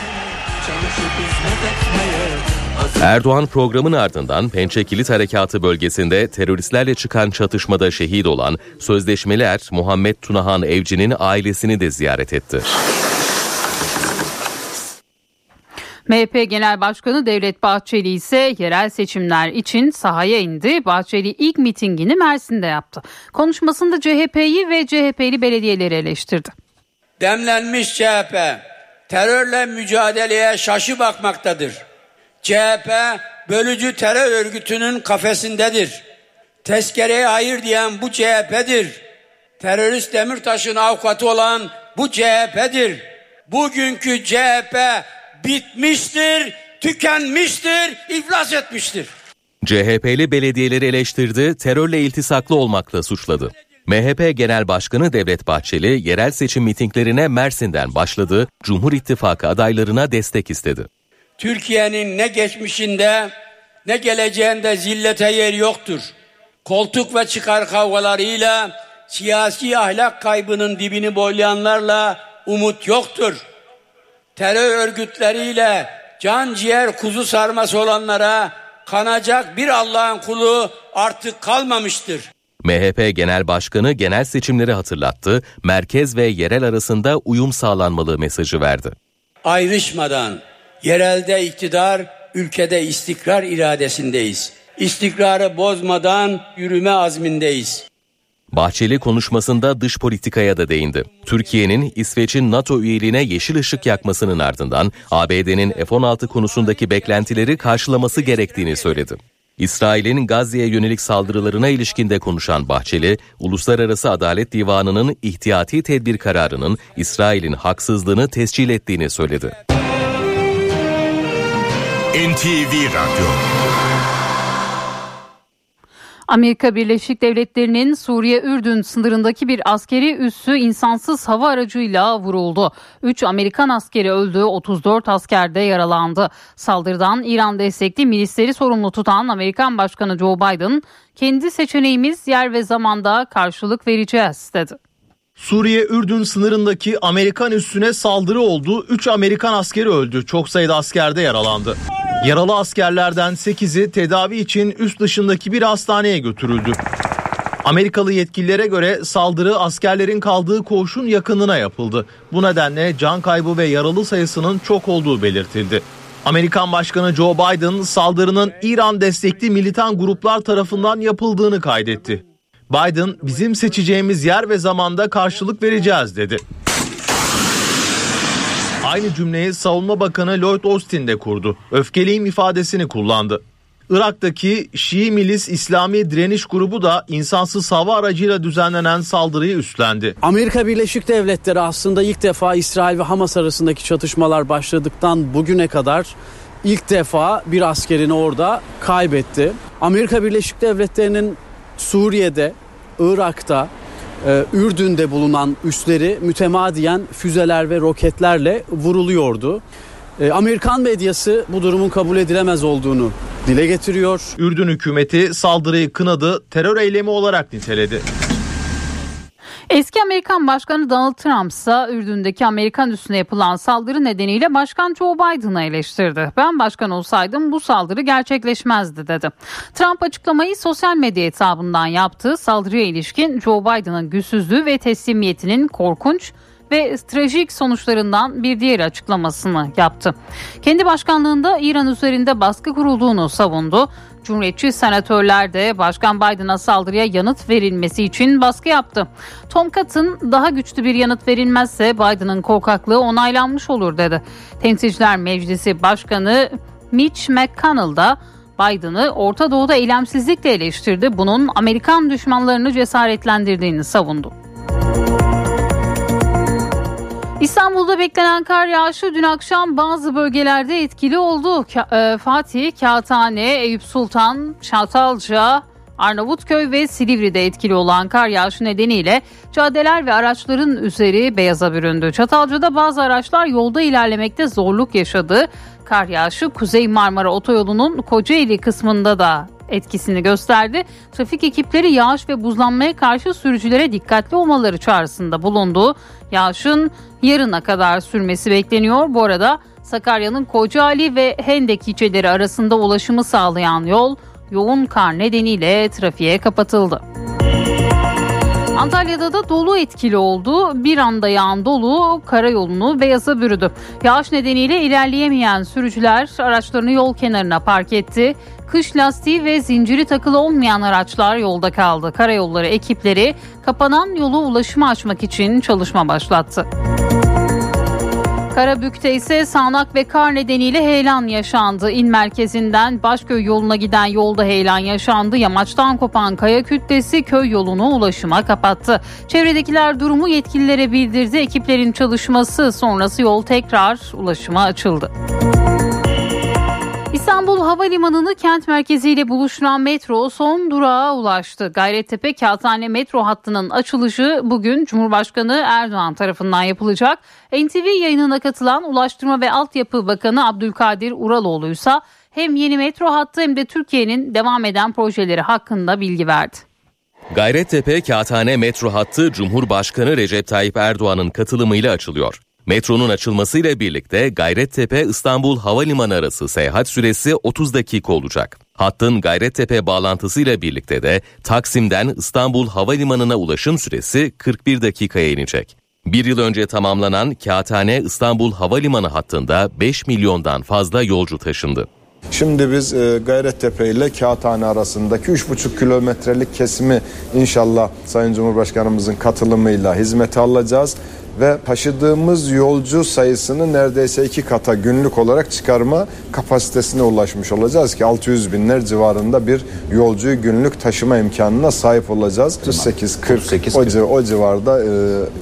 S13: Erdoğan programın ardından Pençe Kilit Harekatı bölgesinde teröristlerle çıkan çatışmada şehit olan sözleşmeli er Muhammed Tunahan Evci'nin ailesini de ziyaret etti.
S1: M H P Genel Başkanı Devlet Bahçeli ise yerel seçimler için sahaya indi. Bahçeli ilk mitingini Mersin'de yaptı. Konuşmasında C H P'yi ve C H P'li belediyeleri eleştirdi.
S15: Demlenmiş C H P terörle mücadeleye şaşı bakmaktadır. C H P bölücü terör örgütünün kafesindedir. Tezkereye hayır diyen bu C H P'dir. Terörist Demirtaş'ın avukatı olan bu C H P'dir. Bugünkü C H P bitmiştir, tükenmiştir, iflas etmiştir.
S13: C H P'li belediyeleri eleştirdi, terörle iltisaklı olmakla suçladı. M H P Genel Başkanı Devlet Bahçeli yerel seçim mitinglerine Mersin'den başladı, Cumhur İttifakı adaylarına destek istedi.
S15: Türkiye'nin ne geçmişinde ne geleceğinde zillete yer yoktur. Koltuk ve çıkar kavgalarıyla siyasi ahlak kaybının dibini boylayanlarla umut yoktur. Terör örgütleriyle can ciğer kuzu sarması olanlara kanacak bir Allah'ın kulu artık kalmamıştır.
S13: M H P Genel Başkanı genel seçimleri hatırlattı, merkez ve yerel arasında uyum sağlanmalı mesajı verdi.
S15: ayrışmadan yerelde iktidar, ülkede istikrar iradesindeyiz. İstikrarı bozmadan yürüme azmindeyiz.
S13: Bahçeli konuşmasında dış politikaya da değindi. Türkiye'nin İsveç'in NATO üyeliğine yeşil ışık yakmasının ardından A B D'nin F on altı konusundaki beklentileri karşılaması gerektiğini söyledi. İsrail'in Gazze'ye yönelik saldırılarına ilişkinde konuşan Bahçeli, Uluslararası Adalet Divanı'nın ihtiyati tedbir kararının İsrail'in haksızlığını tescil ettiğini söyledi.
S2: N T V Radyo.
S1: Amerika Birleşik Devletleri'nin Suriye-Ürdün sınırındaki bir askeri üssü insansız hava aracıyla vuruldu. üç Amerikan askeri öldü, otuz dört asker de yaralandı. Saldırıdan İran destekli milisleri sorumlu tutan Amerikan Başkanı Joe Biden, "Kendi seçeneğimiz yer ve zamanda karşılık vereceğiz," dedi.
S8: Suriye-Ürdün sınırındaki Amerikan üssüne saldırı oldu. üç Amerikan askeri öldü. Çok sayıda asker de yaralandı. Yaralı askerlerden sekizi tedavi için üst dışındaki bir hastaneye götürüldü. Amerikalı yetkililere göre saldırı askerlerin kaldığı koğuşun yakınına yapıldı. Bu nedenle can kaybı ve yaralı sayısının çok olduğu belirtildi. Amerikan Başkanı Joe Biden saldırının İran destekli militan gruplar tarafından yapıldığını kaydetti. Biden, "Bizim seçeceğimiz yer ve zamanda karşılık vereceğiz," dedi. Aynı cümleyi Savunma Bakanı Lloyd Austin de kurdu. "Öfkeliyim" ifadesini kullandı. Irak'taki Şii Milis İslami Direniş Grubu da insansız hava aracıyla düzenlenen saldırıyı üstlendi.
S16: Amerika Birleşik Devletleri aslında ilk defa İsrail ve Hamas arasındaki çatışmalar başladıktan bugüne kadar ilk defa bir askerini orada kaybetti. Amerika Birleşik Devletleri'nin Suriye'de, Irak'ta, e, Ürdün'de bulunan üsleri mütemadiyen füzeler ve roketlerle vuruluyordu. E, Amerikan medyası bu durumun kabul edilemez olduğunu dile getiriyor.
S8: Ürdün hükümeti saldırıyı kınadı, terör eylemi olarak niteledi.
S1: Eski Amerikan Başkanı Donald Trump ise Ürdün'deki Amerikan üssüne yapılan saldırı nedeniyle Başkan Joe Biden'ı eleştirdi. "Ben başkan olsaydım bu saldırı gerçekleşmezdi," dedi. Trump açıklamayı sosyal medya hesabından yaptı. Saldırıya ilişkin Joe Biden'ın güçsüzlüğü ve teslimiyetinin korkunç ve trajik sonuçlarından bir diğer açıklamasını yaptı. Kendi başkanlığında İran üzerinde baskı kurulduğunu savundu. Cumhuriyetçi senatörler de Başkan Biden'a saldırıya yanıt verilmesi için baskı yaptı. Tom Cotton, "Daha güçlü bir yanıt verilmezse Biden'ın korkaklığı onaylanmış olur," dedi. Temsilciler Meclisi Başkanı Mitch McConnell da Biden'ı Orta Doğu'da eylemsizlikle eleştirdi. Bunun Amerikan düşmanlarını cesaretlendirdiğini savundu. İstanbul'da beklenen kar yağışı dün akşam bazı bölgelerde etkili oldu. Ka- Fatih, Kağıthane, Eyüp Sultan, Çatalca, Arnavutköy ve Silivri'de etkili olan kar yağışı nedeniyle caddeler ve araçların üzeri beyaza büründü. Çatalca'da bazı araçlar yolda ilerlemekte zorluk yaşadı. Kar yağışı Kuzey Marmara Otoyolu'nun Kocaeli kısmında da etkisini gösterdi. Trafik ekipleri yağış ve buzlanmaya karşı sürücülere dikkatli olmaları çağrısında bulundu. Yağışın yarına kadar sürmesi bekleniyor. Bu arada Sakarya'nın Kocaeli ve Hendek ilçeleri arasında ulaşımı sağlayan yol yoğun kar nedeniyle trafiğe kapatıldı. Antalya'da da dolu etkili oldu. Bir anda yağan dolu karayolunu beyaza bürüdü. Yağış nedeniyle ilerleyemeyen sürücüler araçlarını yol kenarına park etti. Kış lastiği ve zinciri takılı olmayan araçlar yolda kaldı. Karayolları ekipleri kapanan yolu ulaşıma açmak için çalışma başlattı. Karabük'te ise sağanak ve kar nedeniyle heyelan yaşandı. İl merkezinden Başköy yoluna giden yolda heyelan yaşandı. Yamaçtan kopan kaya kütlesi köy yolunu ulaşıma kapattı. Çevredekiler durumu yetkililere bildirdi. Ekiplerin çalışması sonrası yol tekrar ulaşıma açıldı. İstanbul Havalimanı'nı kent merkeziyle buluşturan metro son durağa ulaştı. Gayrettepe Kağıthane metro hattının açılışı bugün Cumhurbaşkanı Erdoğan tarafından yapılacak. N T V yayınına katılan Ulaştırma ve Altyapı Bakanı Abdülkadir Uraloğlu ise hem yeni metro hattı hem de Türkiye'nin devam eden projeleri hakkında bilgi verdi.
S13: Gayrettepe Kağıthane metro hattı Cumhurbaşkanı Recep Tayyip Erdoğan'ın katılımıyla açılıyor. Metronun açılmasıyla birlikte Gayrettepe-İstanbul Havalimanı arası seyahat süresi otuz dakika olacak. Hattın Gayrettepe bağlantısıyla birlikte de Taksim'den İstanbul Havalimanı'na ulaşım süresi kırk bir dakikaya inecek. Bir yıl önce tamamlanan Kağıthane İstanbul Havalimanı hattında beş milyondan fazla yolcu taşındı.
S17: Şimdi biz e, Gayrettepe ile Kağıthane arasındaki üç buçuk kilometrelik kesimi inşallah Sayın Cumhurbaşkanımızın katılımıyla hizmete alacağız. Ve taşıdığımız yolcu sayısını neredeyse iki kata günlük olarak çıkarma kapasitesine ulaşmış olacağız ki altı yüz binler civarında bir yolcuyu günlük taşıma imkanına sahip olacağız. otuz sekiz kırk o, o civarda e,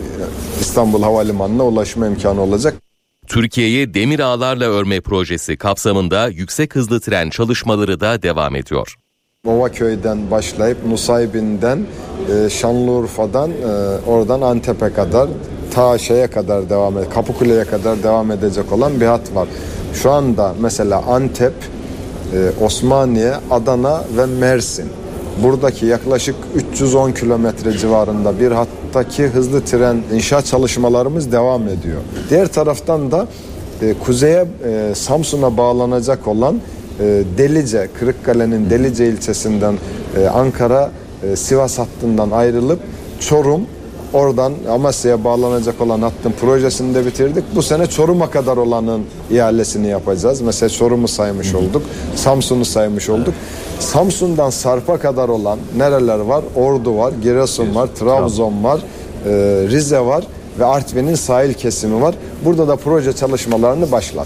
S17: İstanbul Havalimanı'na ulaşma imkanı olacak.
S13: Türkiye'yi demir ağlarla örme projesi kapsamında yüksek hızlı tren çalışmaları da devam ediyor.
S17: Ovaköy'den başlayıp Nusaybin'den, e, Şanlıurfa'dan, e, oradan Antep'e kadar, ta şeye kadar devam edecek, Kapıkule'ye kadar devam edecek olan bir hat var. Şu anda mesela Antep, e, Osmaniye, Adana ve Mersin. Buradaki yaklaşık üç yüz on kilometre civarında bir hattaki hızlı tren inşaat çalışmalarımız devam ediyor. Diğer taraftan da e, kuzeye e, Samsun'a bağlanacak olan e, Delice, Kırıkkale'nin Delice ilçesinden e, Ankara, e, Sivas hattından ayrılıp Çorum, oradan Amasya'ya bağlanacak olan hattın projesini de bitirdik. Bu sene Çorum'a kadar olanın ihalesini yapacağız. Mesela Çorum'u saymış olduk. Samsun'u saymış olduk. Samsun'dan Sarp'a kadar olan nereler var? Ordu var, Giresun var, Trabzon var, e, Rize var ve Artvin'in sahil kesimi var. Burada da proje çalışmalarını başlattı.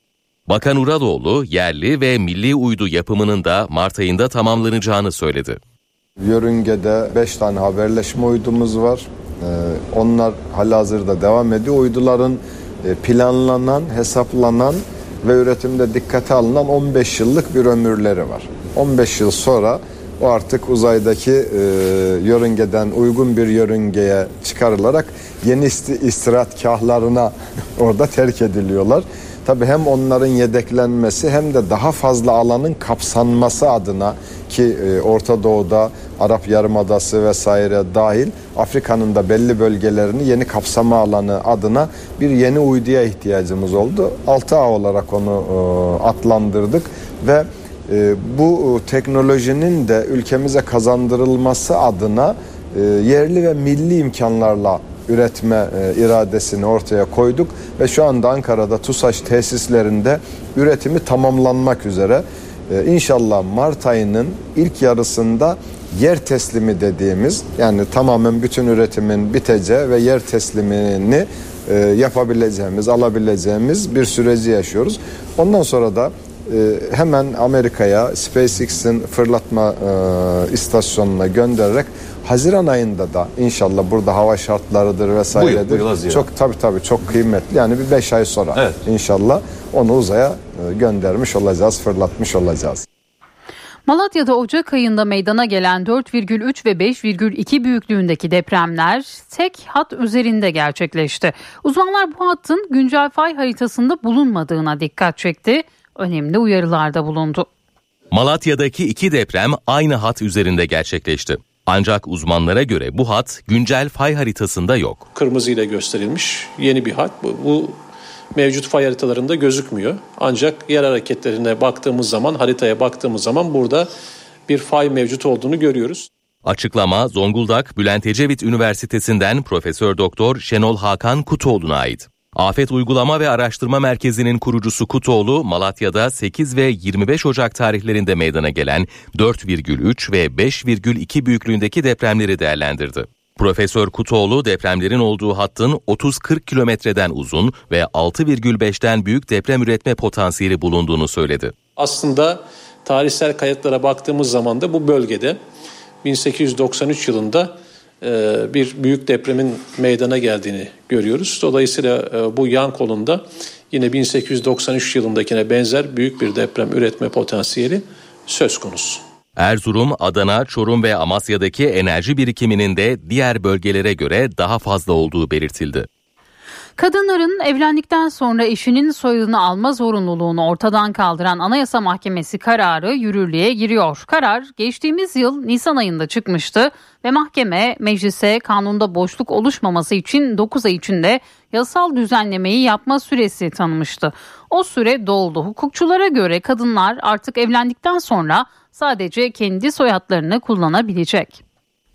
S13: Bakan Uraloğlu yerli ve milli uydu yapımının da Mart ayında tamamlanacağını söyledi.
S17: Yörüngede beş tane haberleşme uydumuz var. Ee, onlar halihazırda devam ediyor. Uyduların planlanan, hesaplanan ve üretimde dikkate alınan on beş yıllık bir ömürleri var. on beş yıl sonra o artık uzaydaki e, yörüngeden uygun bir yörüngeye çıkarılarak yeni isti- istirahatgahlarına orada terk ediliyorlar. Tabii hem onların yedeklenmesi hem de daha fazla alanın kapsanması adına ki e, Orta Doğu'da, Arap Yarımadası vesaire dahil Afrika'nın da belli bölgelerini yeni kapsama alanı adına bir yeni uyduya ihtiyacımız oldu. altı A olarak onu e, adlandırdık ve e, bu teknolojinin de ülkemize kazandırılması adına e, yerli ve milli imkanlarla üretme e, iradesini ortaya koyduk ve şu anda Ankara'da TUSAŞ tesislerinde üretimi tamamlanmak üzere. E, İnşallah Mart ayının ilk yarısında yer teslimi dediğimiz, yani tamamen bütün üretimin biteceği ve yer teslimini e, yapabileceğimiz, alabileceğimiz bir süreci yaşıyoruz. Ondan sonra da e, hemen Amerika'ya SpaceX'in fırlatma e, istasyonuna göndererek Haziran ayında da inşallah burada hava şartlarıdır vesairedir. Bu yıl, bu yıl çok tabii tabii çok kıymetli. Yani bir beş ay sonra evet. inşallah onu uzaya göndermiş olacağız, fırlatmış olacağız.
S1: Malatya'da Ocak ayında meydana gelen dört virgül üç ve beş virgül iki büyüklüğündeki depremler tek hat üzerinde gerçekleşti. Uzmanlar bu hattın güncel fay haritasında bulunmadığına dikkat çekti. Önemli uyarılarda bulundu.
S13: Malatya'daki iki deprem aynı hat üzerinde gerçekleşti. Ancak uzmanlara göre bu hat güncel fay haritasında yok.
S18: Kırmızı ile gösterilmiş yeni bir hat. Bu, bu mevcut fay haritalarında gözükmüyor. Ancak yer hareketlerine baktığımız zaman, haritaya baktığımız zaman burada bir fay mevcut olduğunu görüyoruz.
S13: Açıklama Zonguldak Bülent Ecevit Üniversitesi'nden Profesör Doktor Şenol Hakan Kutoğlu'na ait. Afet Uygulama ve Araştırma Merkezi'nin kurucusu Kutoğlu, Malatya'da sekiz ve yirmi beş Ocak tarihlerinde meydana gelen dört virgül üç ve beş virgül iki büyüklüğündeki depremleri değerlendirdi. Profesör Kutoğlu, depremlerin olduğu hattın otuz kırk kilometreden uzun ve altı virgül beşten büyük deprem üretme potansiyeli bulunduğunu söyledi.
S18: Aslında tarihsel kayıtlara baktığımız zaman da bu bölgede bin sekiz yüz doksan üç yılında bir büyük depremin meydana geldiğini görüyoruz. Dolayısıyla bu yan kolunda yine bin sekiz yüz doksan üç yılındakine benzer büyük bir deprem üretme potansiyeli söz konusu.
S13: Erzurum, Adana, Çorum ve Amasya'daki enerji birikiminin de diğer bölgelere göre daha fazla olduğu belirtildi.
S1: Kadınların evlendikten sonra eşinin soyadını alma zorunluluğunu ortadan kaldıran Anayasa Mahkemesi kararı yürürlüğe giriyor. Karar geçtiğimiz yıl Nisan ayında çıkmıştı ve mahkeme meclise kanunda boşluk oluşmaması için dokuz ay içinde yasal düzenlemeyi yapma süresi tanımıştı. O süre doldu. Hukukçulara göre kadınlar artık evlendikten sonra sadece kendi soyadlarını kullanabilecek.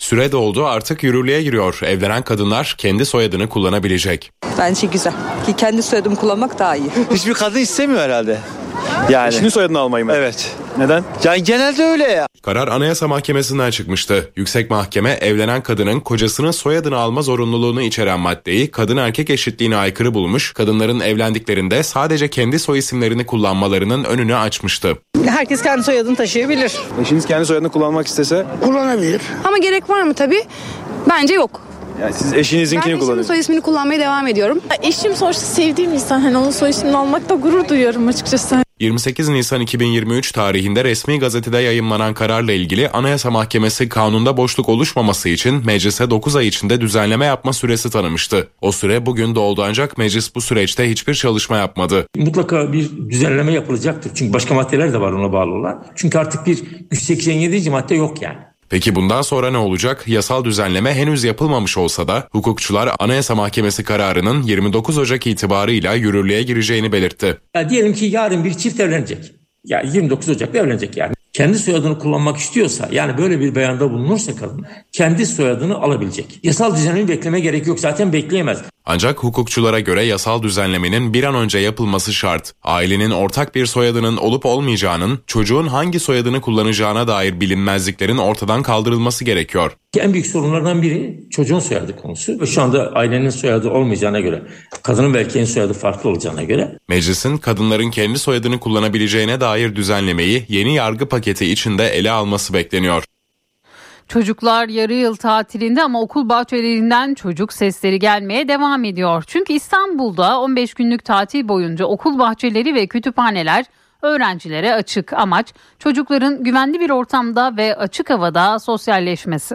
S19: Süre doldu, artık yürürlüğe giriyor. Evlenen kadınlar kendi soyadını kullanabilecek.
S20: Bence güzel. Ki kendi soyadımı kullanmak daha iyi.
S21: Hiçbir kadın istemiyor herhalde. Yani.
S19: Eşinin soyadını almayı mı?
S21: Evet. Neden? Yani genelde öyle ya.
S19: Karar Anayasa Mahkemesi'nden çıkmıştı. Yüksek Mahkeme evlenen kadının kocasının soyadını alma zorunluluğunu içeren maddeyi kadın erkek eşitliğine aykırı bulmuş, kadınların evlendiklerinde sadece kendi soy isimlerini kullanmalarının önünü açmıştı.
S20: Herkes kendi soyadını taşıyabilir.
S19: Eşiniz kendi soyadını kullanmak istese?
S22: Kullanabilir. Ama gerek var mı tabii? Bence yok.
S19: Yani siz eşinizinkini kullanıyorsunuz.
S22: Ben eşimin soy ismini kullanmaya devam ediyorum.
S12: Eşim sonuçta sevdiğim insan. Hani onun soy ismini almakta gurur duyuyorum açıkçası.
S19: yirmi sekiz Nisan iki bin yirmi üç tarihinde resmi gazetede yayımlanan kararla ilgili Anayasa Mahkemesi kanunda boşluk oluşmaması için meclise dokuz ay içinde düzenleme yapma süresi tanımıştı. O süre bugün doldu ancak meclis bu süreçte hiçbir çalışma yapmadı.
S23: Mutlaka bir düzenleme yapılacaktır. Çünkü başka maddeler de var ona bağlı olan. Çünkü artık bir yüz seksen yedinci madde yok yani.
S19: Peki bundan sonra ne olacak? Yasal düzenleme henüz yapılmamış olsa da hukukçular Anayasa Mahkemesi kararının yirmi dokuz Ocak itibarıyla yürürlüğe gireceğini belirtti.
S23: Ya diyelim ki yarın bir çift evlenecek. Ya yirmi dokuz Ocak'ta evlenecek yani. Kendi soyadını kullanmak istiyorsa, yani böyle bir beyanda bulunursa kadın kendi soyadını alabilecek. Yasal düzenlemeyi bekleme gerek yok, zaten bekleyemez.
S19: Ancak hukukçulara göre yasal düzenlemenin bir an önce yapılması şart. Ailenin ortak bir soyadının olup olmayacağının, çocuğun hangi soyadını kullanacağına dair bilinmezliklerin ortadan kaldırılması gerekiyor.
S23: En büyük sorunlardan biri çocuğun soyadı konusu ve şu anda ailenin soyadı olmayacağına göre, kadının belki en soyadı farklı olacağına göre.
S19: Meclisin kadınların kendi soyadını kullanabileceğine dair düzenlemeyi yeni yargı paketi içinde ele alması bekleniyor.
S1: Çocuklar yarı yıl tatilinde ama okul bahçelerinden çocuk sesleri gelmeye devam ediyor. Çünkü İstanbul'da on beş günlük tatil boyunca okul bahçeleri ve kütüphaneler öğrencilere açık. Amaç çocukların güvenli bir ortamda ve açık havada sosyalleşmesi.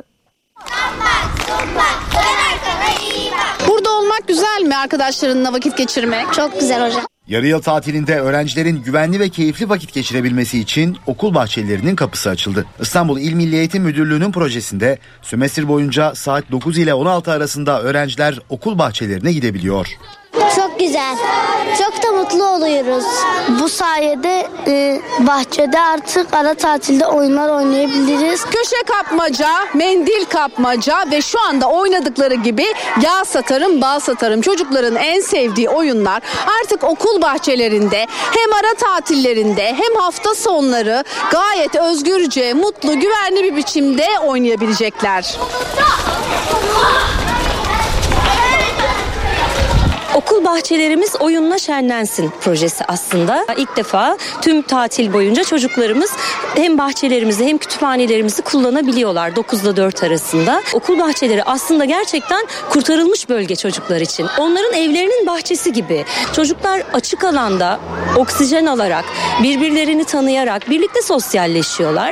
S24: Burada olmak güzel mi, arkadaşlarınla vakit geçirmek?
S25: Çok güzel hocam. Yarı yıl tatilinde öğrencilerin güvenli ve keyifli vakit geçirebilmesi için okul bahçelerinin kapısı açıldı. İstanbul İl Milli Eğitim Müdürlüğü'nün projesinde sömestr boyunca saat dokuz ile on altı arasında öğrenciler okul bahçelerine gidebiliyor. Çok güzel. Çok da mutlu oluyoruz. Bu sayede e, bahçede artık ara tatilde oyunlar oynayabiliriz.
S24: Köşe kapmaca, mendil kapmaca ve şu anda oynadıkları gibi yağ satarım, bal satarım. Çocukların en sevdiği oyunlar artık okul bahçelerinde, hem ara tatillerinde hem hafta sonları gayet özgürce, mutlu, güvenli bir biçimde oynayabilecekler.
S26: Okul bahçelerimiz oyunla şenlensin projesi aslında. İlk defa tüm tatil boyunca çocuklarımız hem bahçelerimizi hem kütüphanelerimizi kullanabiliyorlar dokuz ile dört arasında. Okul bahçeleri aslında gerçekten kurtarılmış bölge çocuklar için. Onların evlerinin bahçesi gibi. Çocuklar açık alanda oksijen alarak, birbirlerini tanıyarak birlikte sosyalleşiyorlar.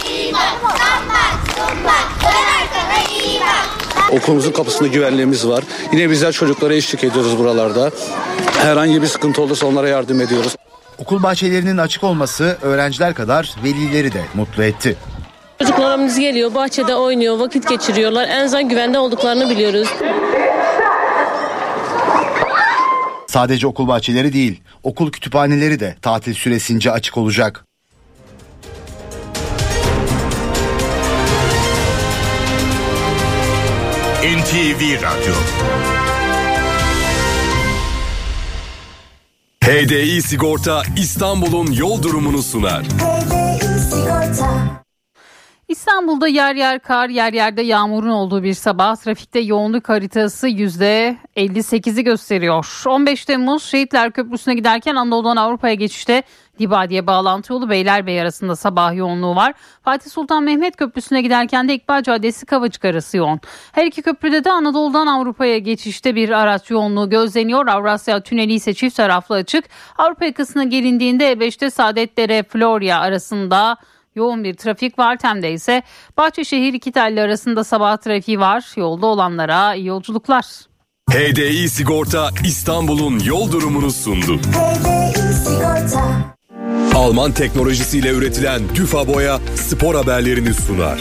S27: Okulumuzun kapısında güvenliğimiz var. Yine bizler çocuklara eşlik ediyoruz buralarda. Herhangi bir sıkıntı olursa onlara yardım ediyoruz.
S25: Okul bahçelerinin açık olması öğrenciler kadar velileri de mutlu etti.
S28: Çocuklarımız geliyor, bahçede oynuyor, vakit geçiriyorlar. En azından güvende olduklarını biliyoruz.
S25: Sadece okul bahçeleri değil, okul kütüphaneleri de tatil süresince açık olacak.
S2: N T V Radyo.
S3: H D I Sigorta İstanbul'un yol durumunu sunar.
S1: İstanbul'da yer yer kar, yer yerde yağmurun olduğu bir sabah. Trafikte yoğunluk haritası yüzde elli sekizi gösteriyor. on beş Temmuz Şehitler Köprüsü'ne giderken Anadolu'dan Avrupa'ya geçişte Dibadiye bağlantı yolu Beylerbeyi arasında sabah yoğunluğu var. Fatih Sultan Mehmet Köprüsü'ne giderken de İkbal Caddesi Kavacık arası yoğun. Her iki köprüde de Anadolu'dan Avrupa'ya geçişte bir araç yoğunluğu gözleniyor. Avrasya Tüneli ise çift taraflı açık. Avrupa yakasına gelindiğinde E beşte Saadetdere Florya arasında yoğun bir trafik var. Tem'de ise Bahçeşehir İkitelli arasında sabah trafiği var. Yolda olanlara iyi yolculuklar.
S3: H D I Sigorta İstanbul'un yol durumunu sundu. Alman teknolojisiyle üretilen Düfa Boya spor haberlerini sunar.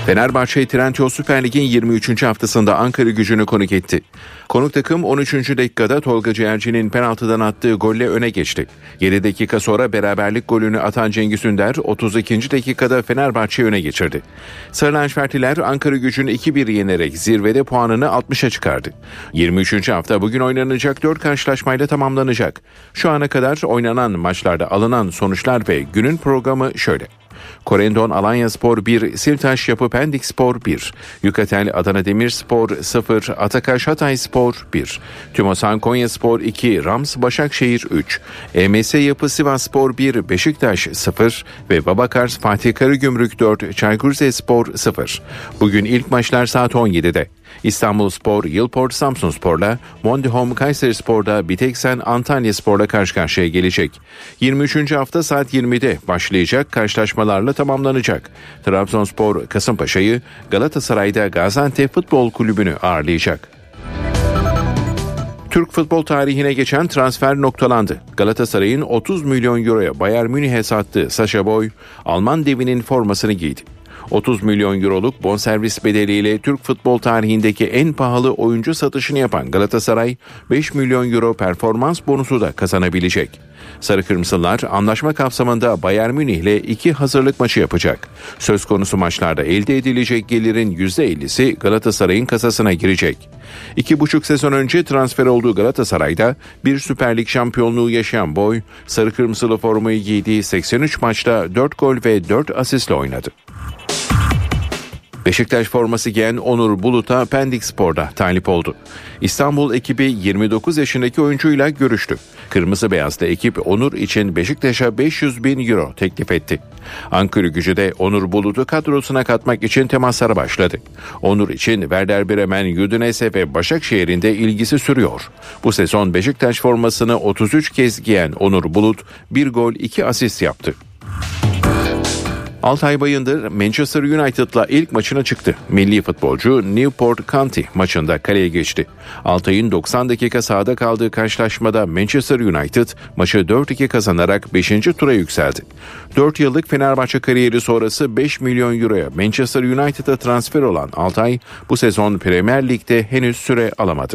S4: Fenerbahçe Trendyol Süper Lig'in yirmi üçüncü haftasında Ankara Gücü'nü konuk etti. Konuk takım on üçüncü dakikada Tolga Ciğerci'nin penaltıdan attığı golle öne geçti. yedi dakika sonra beraberlik golünü atan Cengiz Ünder otuz ikinci dakikada Fenerbahçe'yi öne geçirdi. Sarı lacivertliler Ankara Gücü'nü iki bir yenerek zirvede puanını altmışa çıkardı. yirmi üçüncü hafta bugün oynanacak dört karşılaşmayla tamamlanacak. Şu ana kadar oynanan maçlarda alınan sonuçlar ve günün programı şöyle. Korendon Alanyaspor bir, Siltaş Yapı Pendikspor bir, Yukatel Adana Demirspor sıfır, Atakaş Hatayspor bir, Tümosan Konyaspor iki, Rams Başakşehir üç, E M S Yapı Sivasspor bir, Beşiktaş sıfır ve Babakars Fatih Karagümrük dört, Çaykur Rizespor sıfır. Bugün ilk maçlar saat on yedide. İstanbulspor Yılport Samsunspor'la, Mondihom Kayserispor'da Biteksen Antalyaspor'la karşı karşıya gelecek. yirmi üçüncü hafta saat yirmide başlayacak karşılaşmalarla tamamlanacak. Trabzonspor Kasımpaşa'yı, Galatasaray'da Gaziantep Futbol Kulübü'nü ağırlayacak. Türk futbol tarihine geçen transfer noktalandı. Galatasaray'ın otuz milyon euroya Bayern Münih'e sattığı Sacha Boey, Alman devinin formasını giydi. otuz milyon euroluk bonservis bedeliyle Türk futbol tarihindeki en pahalı oyuncu satışını yapan Galatasaray, beş milyon euro performans bonusu da kazanabilecek. Sarı Kırmızılar anlaşma kapsamında Bayern Münih ile iki hazırlık maçı yapacak. Söz konusu maçlarda elde edilecek gelirin yüzde ellisi Galatasaray'ın kasasına girecek. İki buçuk sezon önce transfer olduğu Galatasaray'da bir Süper Lig şampiyonluğu yaşayan Boy, Sarı Kırmızılı formayı giydiği seksen üç maçta dört gol ve dört asistle oynadı. Beşiktaş forması giyen Onur Bulut'a Pendikspor'da talip oldu. İstanbul ekibi yirmi dokuz yaşındaki oyuncuyla görüştü. Kırmızı beyazlı ekip Onur için Beşiktaş'a beş yüz bin euro teklif etti. Ankara Gücü de Onur Bulut'u kadrosuna katmak için temaslara başladı. Onur için Werder Bremen, Udinese ve Başakşehir'in de ilgisi sürüyor. Bu sezon Beşiktaş formasını otuz üç kez giyen Onur Bulut bir gol iki asist yaptı. Altay Bayındır Manchester United'la ilk maçına çıktı. Milli futbolcu Newport County maçında kaleye geçti. Altay'ın doksan dakika sahada kaldığı karşılaşmada Manchester United maçı dört iki kazanarak beşinci tura yükseldi. dört yıllık Fenerbahçe kariyeri sonrası beş milyon euroya Manchester United'a transfer olan Altay bu sezon Premier Lig'de henüz süre alamadı.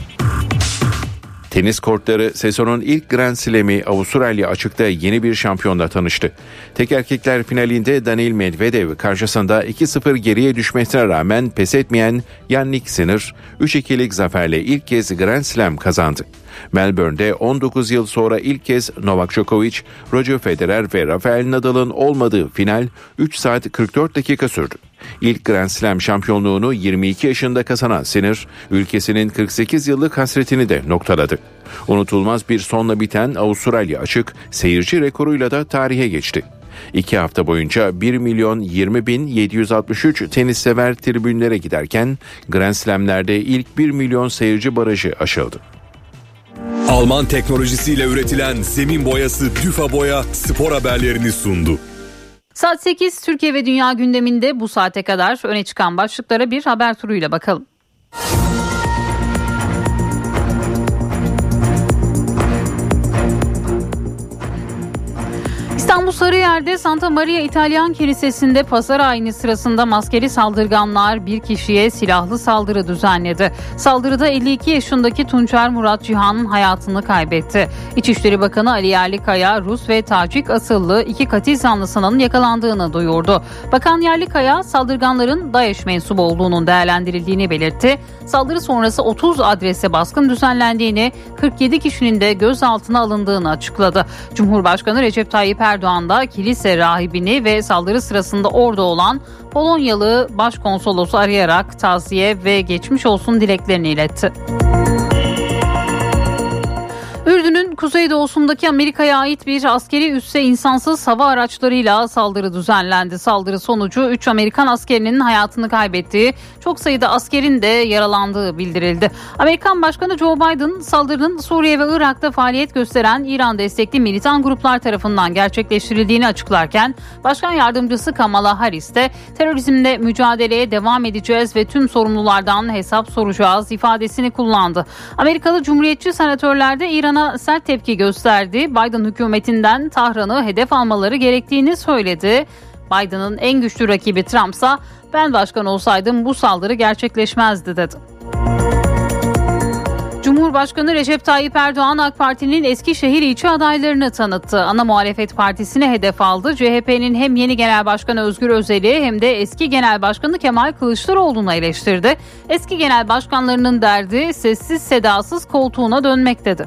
S4: Tenis kortları sezonun ilk Grand Slam'i Avustralya açıkta yeni bir şampiyonla tanıştı. Tek erkekler finalinde Daniil Medvedev karşısında iki sıfır geriye düşmesine rağmen pes etmeyen Jannik Sinner üç ikilik zaferle ilk kez Grand Slam kazandı. Melbourne'de on dokuz yıl sonra ilk kez Novak Djokovic, Roger Federer ve Rafael Nadal'ın olmadığı final üç saat kırk dört dakika sürdü. İlk Grand Slam şampiyonluğunu yirmi iki yaşında kazanan Sinner, ülkesinin kırk sekiz yıllık hasretini de noktaladı. Unutulmaz bir sonla biten Avustralya açık, seyirci rekoruyla da tarihe geçti. İki hafta boyunca bir milyon yirmi bin yedi yüz altmış üç tenis sever tribünlere giderken Grand Slam'lerde ilk bir milyon seyirci barajı aşıldı.
S3: Alman teknolojisiyle üretilen zemin boyası Düfa Boya spor haberlerini sundu.
S1: Saat sekiz Türkiye ve Dünya gündeminde bu saate kadar öne çıkan başlıklara bir haber turuyla bakalım. İstanbul Sarıyer'de Santa Maria İtalyan Kilisesi'nde pazar ayini sırasında maskeli saldırganlar bir kişiye silahlı saldırı düzenledi. Saldırıda elli iki yaşındaki Tunçer Murat Cihan'ın hayatını kaybetti. İçişleri Bakanı Ali Yerlikaya, Rus ve Tacik asıllı iki katil zanlısının yakalandığını duyurdu. Bakan Yerlikaya, saldırganların DAEŞ mensubu olduğunun değerlendirildiğini belirtti. Saldırı sonrası otuz adrese baskın düzenlendiğini, kırk yedi kişinin de gözaltına alındığını açıkladı. Cumhurbaşkanı Recep Tayyip Erdoğan da kilise rahibini ve saldırı sırasında orada olan Polonyalı başkonsolosu arayarak taziye ve geçmiş olsun dileklerini iletti. Ürdün'ün kuzeydoğusundaki Amerika'ya ait bir askeri üsse insansız hava araçlarıyla saldırı düzenlendi. Saldırı sonucu üç Amerikan askerinin hayatını kaybettiği, çok sayıda askerin de yaralandığı bildirildi. Amerikan Başkanı Joe Biden saldırının Suriye ve Irak'ta faaliyet gösteren İran destekli militan gruplar tarafından gerçekleştirildiğini açıklarken Başkan Yardımcısı Kamala Harris de terörizmle mücadeleye devam edeceğiz ve tüm sorumlulardan hesap soracağız ifadesini kullandı. Amerikalı Cumhuriyetçi senatörler de İran'a sert tepki gösterdi. Biden hükümetinden Tahran'ı hedef almaları gerektiğini söyledi. Biden'ın en güçlü rakibi Trump'sa ben başkan olsaydım bu saldırı gerçekleşmezdi dedi. Cumhurbaşkanı Recep Tayyip Erdoğan AK Parti'nin Eskişehir ilçe adaylarını tanıttı. Ana muhalefet partisine hedef aldı. C H P'nin hem yeni Genel Başkanı Özgür Özel'i hem de eski Genel Başkanı Kemal Kılıçdaroğlu'nu eleştirdi. Eski genel başkanlarının derdi sessiz sedasız koltuğuna dönmek dedi.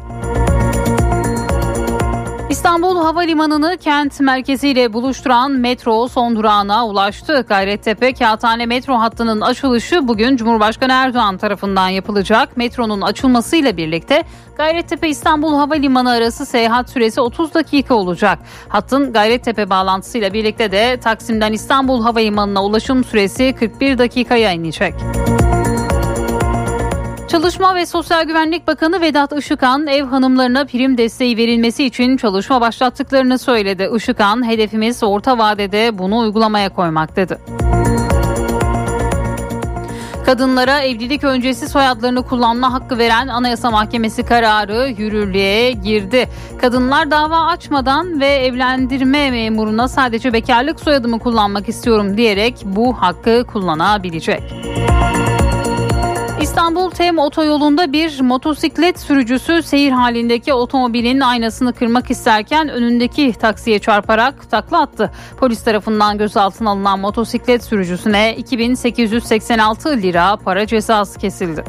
S1: İstanbul Havalimanı'nı kent merkeziyle buluşturan metro son durağına ulaştı. Gayrettepe Kağıthane metro hattının açılışı bugün Cumhurbaşkanı Erdoğan tarafından yapılacak. Metronun açılmasıyla birlikte Gayrettepe İstanbul Havalimanı arası seyahat süresi otuz dakika olacak. Hattın Gayrettepe bağlantısıyla birlikte de Taksim'den İstanbul Havalimanı'na ulaşım süresi kırk bir dakikaya inecek. Çalışma ve Sosyal Güvenlik Bakanı Vedat Işıkhan ev hanımlarına prim desteği verilmesi için çalışma başlattıklarını söyledi. Işıkhan, hedefimiz orta vadede bunu uygulamaya koymak dedi. Kadınlara evlilik öncesi soyadlarını kullanma hakkı veren Anayasa Mahkemesi kararı yürürlüğe girdi. Kadınlar dava açmadan ve evlendirme memuruna sadece bekarlık soyadımı kullanmak istiyorum diyerek bu hakkı kullanabilecek. İstanbul Tem otoyolunda bir motosiklet sürücüsü seyir halindeki otomobilin aynasını kırmak isterken önündeki taksiye çarparak takla attı. Polis tarafından gözaltına alınan motosiklet sürücüsüne iki bin sekiz yüz seksen altı lira para cezası kesildi.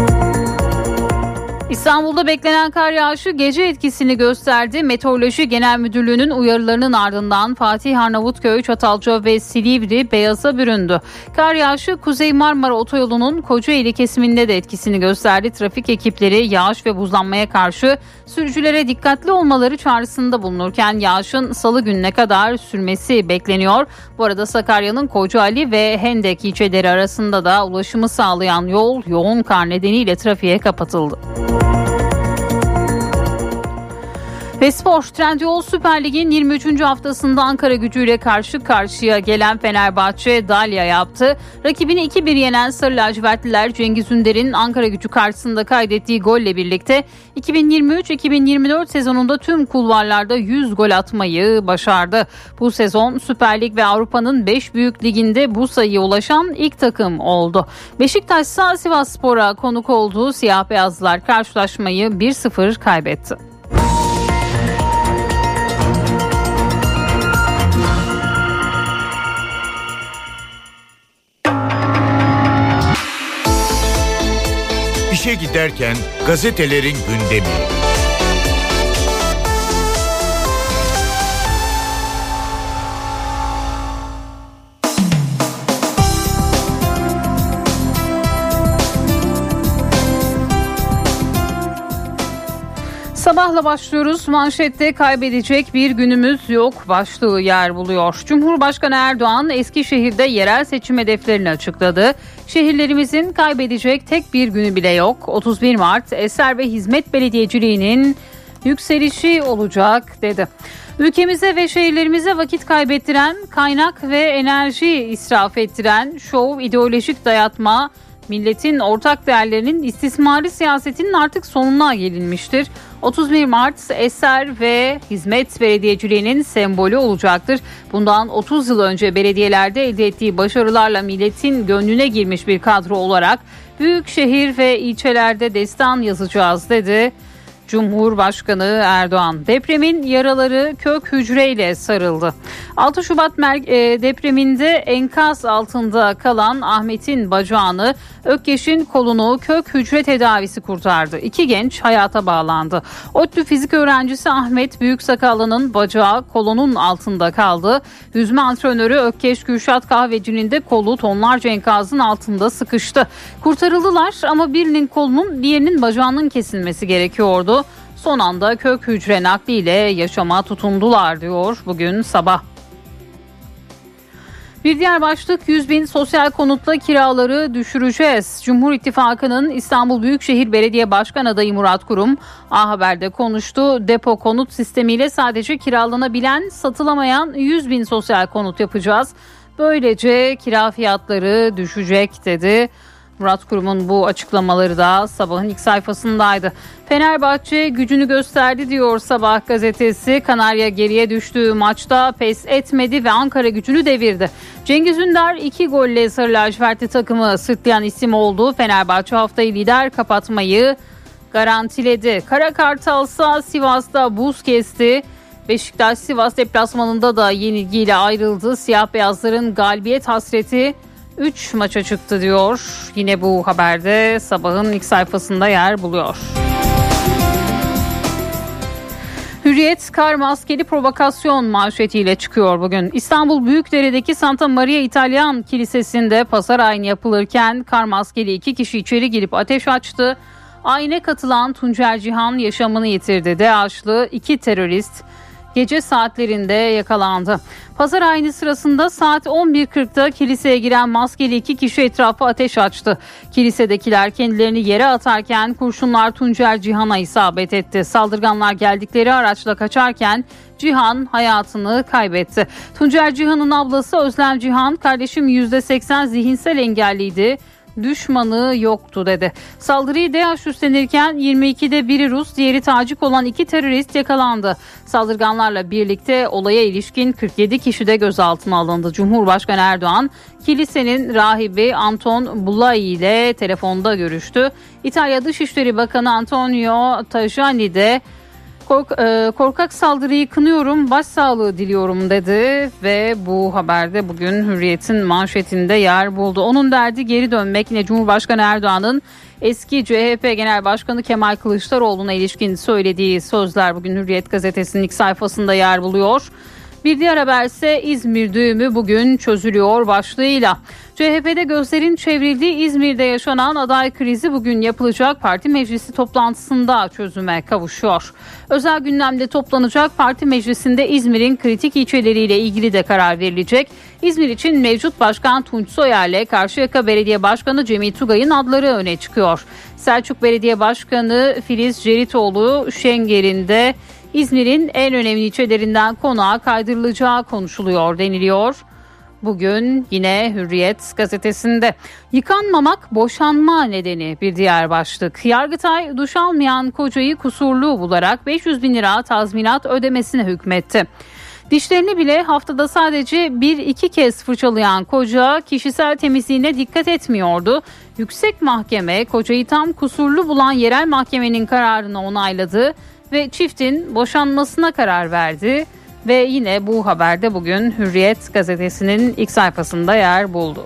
S1: İstanbul'da beklenen kar yağışı gece etkisini gösterdi. Meteoroloji Genel Müdürlüğü'nün uyarılarının ardından Fatih, Arnavutköy, Çatalca ve Silivri beyaza büründü. Kar yağışı Kuzey Marmara Otoyolu'nun Kocaeli kesiminde de etkisini gösterdi. Trafik ekipleri yağış ve buzlanmaya karşı sürücülere dikkatli olmaları çağrısında bulunurken yağışın salı gününe kadar sürmesi bekleniyor. Bu arada Sakarya'nın Kocaeli ve Hendek ilçeleri arasında da ulaşımı sağlayan yol yoğun kar nedeniyle trafiğe kapatıldı. Ve spor, Trendyol Süper Lig'in yirmi üçüncü haftasında Ankara Gücü'yle karşı karşıya gelen Fenerbahçe dalya yaptı. Rakibini iki bir yenen Sarı Lacivertliler Cengiz Ünder'in Ankara Gücü karşısında kaydettiği golle birlikte iki bin yirmi üç iki bin yirmi dört sezonunda tüm kulvarlarda yüz gol atmayı başardı. Bu sezon Süper Lig ve Avrupa'nın beş büyük liginde bu sayıya ulaşan ilk takım oldu. Beşiktaş ise Sivasspor'a konuk olduğu Siyah Beyazlılar karşılaşmayı bir sıfır kaybetti.
S2: İşe giderken gazetelerin gündemi.
S1: Sabahla başlıyoruz. Manşette kaybedecek bir günümüz yok başlığı yer buluyor. Cumhurbaşkanı Erdoğan Eskişehir'de yerel seçim hedeflerini açıkladı. Şehirlerimizin kaybedecek tek bir günü bile yok. otuz bir Mart eser ve hizmet belediyeciliğinin yükselişi olacak dedi. Ülkemize ve şehirlerimize vakit kaybettiren, kaynak ve enerji israf ettiren, şov, ideolojik dayatma, milletin ortak değerlerinin istismari siyasetinin artık sonuna gelinmiştir. otuz bir Mart eser ve hizmet belediyeciliğinin sembolü olacaktır. Bundan otuz yıl önce belediyelerde elde ettiği başarılarla milletin gönlüne girmiş bir kadro olarak büyük şehir ve ilçelerde destan yazacağız dedi Cumhurbaşkanı Erdoğan. Depremin yaraları kök hücreyle sarıldı. altı Şubat depreminde enkaz altında kalan Ahmet'in bacağını, Ökkeş'in kolunu kök hücre tedavisi kurtardı. İki genç hayata bağlandı. ODTÜ fizik öğrencisi Ahmet Büyüksakallı'nın bacağı kolunun altında kaldı. Yüzme antrenörü Ökkeş Kürşat Kahveci'nin de kolu tonlarca enkazın altında sıkıştı. Kurtarıldılar ama birinin kolunun diğerinin bacağının kesilmesi gerekiyordu. Son anda kök hücre nakliyle yaşama tutundular diyor bugün sabah. Bir diğer başlık yüz bin sosyal konutla kiraları düşüreceğiz. Cumhur İttifakı'nın İstanbul Büyükşehir Belediye Başkan adayı Murat Kurum A Haber'de konuştu. Depo konut sistemiyle sadece kiralanabilen, satılamayan yüz bin sosyal konut yapacağız. Böylece kira fiyatları düşecek dedi Murat Kurum'un bu açıklamaları da Sabah'ın ilk sayfasındaydı. Fenerbahçe gücünü gösterdi diyor Sabah gazetesi. Kanarya geriye düştüğü maçta pes etmedi ve Ankara gücünü devirdi. Cengiz Ünder iki golle Sarı Lacivertli takımı sırtlayan isim oldu. Fenerbahçe haftayı lider kapatmayı garantiledi. Kara Kartal'sa Sivas'ta buz kesti. Beşiktaş Sivas deplasmanında da yenilgiyle ayrıldı. Siyah beyazların galibiyet hasreti üç maça çıktı diyor. Yine bu haberde Sabah'ın ilk sayfasında yer buluyor. Hürriyet kar maskeli provokasyon manşetiyle çıkıyor bugün. İstanbul Büyükdere'deki Santa Maria İtalyan Kilisesi'nde pazar ayini yapılırken kar maskeli iki kişi içeri girip ateş açtı. Ayine katılan Tuncer Cihan yaşamını yitirdi. DAEŞ'lı iki terörist gece saatlerinde yakalandı. Pazar ayini sırasında saat on bir kırkta kiliseye giren maskeli iki kişi etrafı ateş açtı. Kilisedekiler kendilerini yere atarken kurşunlar Tuncer Cihan'a isabet etti. Saldırganlar geldikleri araçla kaçarken Cihan hayatını kaybetti. Tuncer Cihan'ın ablası Özlem Cihan, kardeşim yüzde seksen zihinsel engelliydi. Düşmanı yoktu dedi. Saldırıyı DAEŞ üstlenirken yirmi ikide biri Rus, diğeri Tacik olan iki terörist yakalandı. Saldırganlarla birlikte olaya ilişkin kırk yedi kişi de gözaltına alındı. Cumhurbaşkanı Erdoğan, kilisenin rahibi Anton Bulai ile telefonda görüştü. İtalya Dışişleri Bakanı Antonio Tajani de Kork, e, korkak saldırıyı kınıyorum, başsağlığı diliyorum dedi ve bu haberde bugün Hürriyet'in manşetinde yer buldu. Onun derdi geri dönmek. Yine Cumhurbaşkanı Erdoğan'ın eski C H P Genel Başkanı Kemal Kılıçdaroğlu'na ilişkin söylediği sözler bugün Hürriyet gazetesinin ilk sayfasında yer buluyor. Bir diğer haber ise İzmir düğümü bugün çözülüyor başlığıyla. C H P'de gözlerin çevrildiği İzmir'de yaşanan aday krizi bugün yapılacak parti meclisi toplantısında çözüme kavuşuyor. Özel gündemde toplanacak parti meclisinde İzmir'in kritik ilçeleriyle ilgili de karar verilecek. İzmir için mevcut başkan Tunç Soyer'le Karşıyaka Belediye Başkanı Cemil Tugay'ın adları öne çıkıyor. Selçuk Belediye Başkanı Filiz Ceritoğlu Şenger'in de İzmir'in en önemli ilçelerinden konağa kaydırılacağı konuşuluyor deniliyor. Bugün yine Hürriyet gazetesinde yıkanmamak boşanma nedeni bir diğer başlık. Yargıtay duş almayan kocayı kusurlu bularak beş yüz bin lira tazminat ödemesine hükmetti. Dişlerini bile haftada sadece bir iki kez fırçalayan koca kişisel temizliğine dikkat etmiyordu. Yüksek Mahkeme kocayı tam kusurlu bulan yerel mahkemenin kararını onayladı ve çiftin boşanmasına karar verdi ve yine bu haberde bugün Hürriyet gazetesinin ilk sayfasında yer buldu.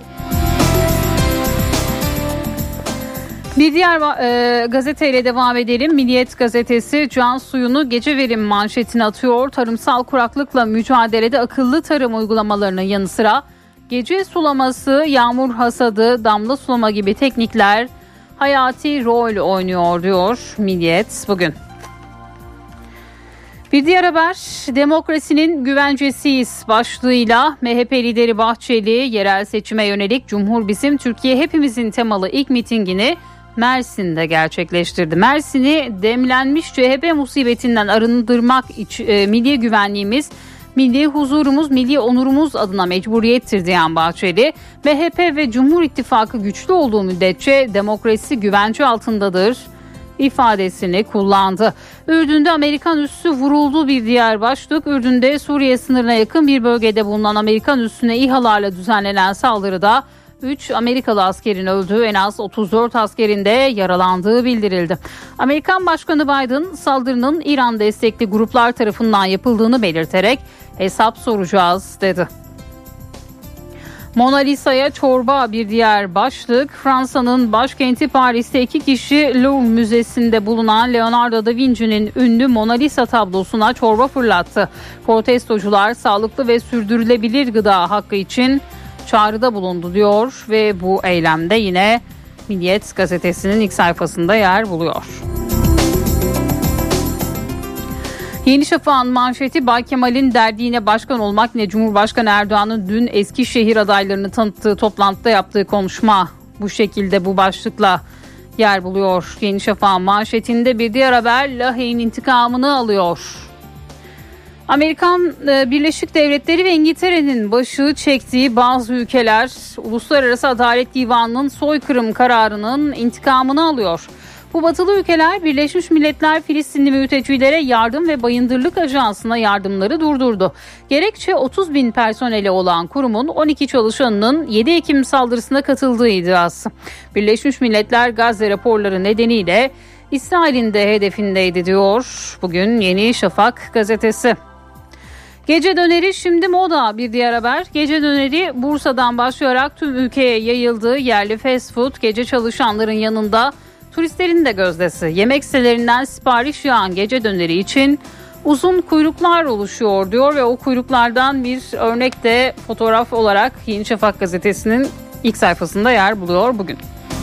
S1: Bir diğer e, gazeteyle devam edelim. Milliyet gazetesi can suyunu gece verim manşetine atıyor. Tarımsal kuraklıkla mücadelede akıllı tarım uygulamalarının yanı sıra gece sulaması, yağmur hasadı, damla sulama gibi teknikler hayati rol oynuyor diyor Milliyet bugün. Bir diğer haber demokrasinin güvencesiyiz başlığıyla M H P lideri Bahçeli yerel seçime yönelik Cumhur Bizim Türkiye Hepimizin temalı ilk mitingini Mersin'de gerçekleştirdi. Mersin'i demlenmiş C H P musibetinden arındırmak için e, milli güvenliğimiz, milli huzurumuz, milli onurumuz adına mecburiyettir diyen Bahçeli, M H P ve Cumhur İttifakı güçlü olduğu müddetçe demokrasi güvence altındadır ifadesini kullandı. Ürdün'de Amerikan üssü vuruldu bir diğer başlık. Ürdün'de Suriye sınırına yakın bir bölgede bulunan Amerikan üssüne İHA'larla düzenlenen saldırıda üç Amerikalı askerin öldüğü, en az otuz dört askerin de yaralandığı bildirildi. Amerikan Başkanı Biden saldırının İran destekli gruplar tarafından yapıldığını belirterek hesap soracağız dedi. Mona Lisa'ya çorba bir diğer başlık. Fransa'nın başkenti Paris'te iki kişi Louvre Müzesi'nde bulunan Leonardo da Vinci'nin ünlü Mona Lisa tablosuna çorba fırlattı. Protestocular sağlıklı ve sürdürülebilir gıda hakkı için çağrıda bulundu diyor ve bu eylemde yine Milliyet gazetesinin ilk sayfasında yer buluyor. Yeni Şafak'ın manşeti Bay Kemal'in derdiğine başkan olmak ne? Cumhurbaşkanı Erdoğan'ın dün Eskişehir adaylarını tanıttığı toplantıda yaptığı konuşma bu şekilde, bu başlıkla yer buluyor. Yeni Şafak'ın manşetinde bir diğer haber Lahey'in intikamını alıyor. Amerikan Birleşik Devletleri ve İngiltere'nin başı çektiği bazı ülkeler Uluslararası Adalet Divanı'nın soykırım kararının intikamını alıyor. Bu batılı ülkeler Birleşmiş Milletler Filistinli mültecilere yardım ve bayındırlık ajansına yardımları durdurdu. Gerekçe otuz bin personeli olan kurumun on iki çalışanının yedi Ekim saldırısına katıldığı iddiası. Birleşmiş Milletler Gazze raporları nedeniyle İsrail'in de hedefindeydi diyor bugün Yeni Şafak gazetesi. Gece döneri şimdi moda, bir diğer haber. Gece döneri Bursa'dan başlayarak tüm ülkeye yayıldı. Yerli fast food gece çalışanların yanında turistlerin de gözdesi. Yemek sitelerinden sipariş yağan gece döneri için uzun kuyruklar oluşuyor diyor ve o kuyruklardan bir örnek de fotoğraf olarak Yeni Şafak gazetesinin ilk sayfasında yer buluyor bugün.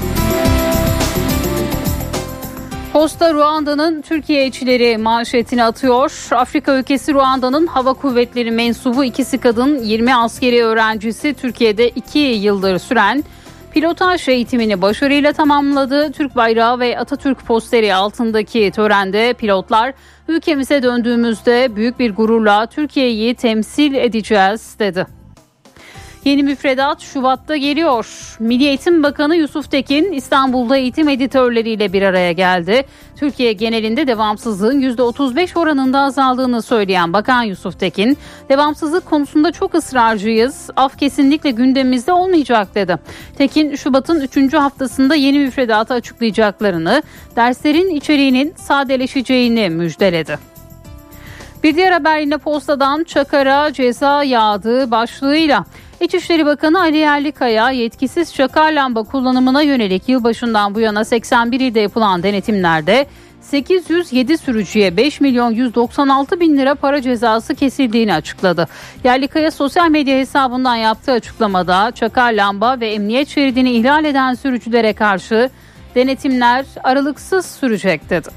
S1: Posta Ruanda'nın Türkiye elçileri manşetini atıyor. Afrika ülkesi Ruanda'nın hava kuvvetleri mensubu ikisi kadın yirmi askeri öğrencisi Türkiye'de iki yıldır süren pilotaj eğitimini başarıyla tamamladı. Türk bayrağı ve Atatürk posteri altındaki törende pilotlar ülkemize döndüğümüzde büyük bir gururla Türkiye'yi temsil edeceğiz dedi. Yeni müfredat Şubat'ta geliyor. Milli Eğitim Bakanı Yusuf Tekin İstanbul'da eğitim editörleriyle bir araya geldi. Türkiye genelinde devamsızlığın yüzde otuz beş oranında azaldığını söyleyen Bakan Yusuf Tekin, devamsızlık konusunda çok ısrarcıyız. Af kesinlikle gündemimizde olmayacak dedi. Tekin, Şubat'ın üçüncü haftasında yeni müfredatı açıklayacaklarını, derslerin içeriğinin sadeleşeceğini müjdeledi. Bir diğer haber yine Posta'dan Çakar'a ceza yağdığı başlığıyla. İçişleri Bakanı Ali Yerlikaya yetkisiz çakar lamba kullanımına yönelik yılbaşından bu yana seksen bir ilde yapılan denetimlerde sekiz yüz yedi sürücüye beş milyon yüz doksan altı bin lira para cezası kesildiğini açıkladı. Yerlikaya sosyal medya hesabından yaptığı açıklamada çakar lamba ve emniyet şeridini ihlal eden sürücülere karşı denetimler aralıksız sürecek dedi.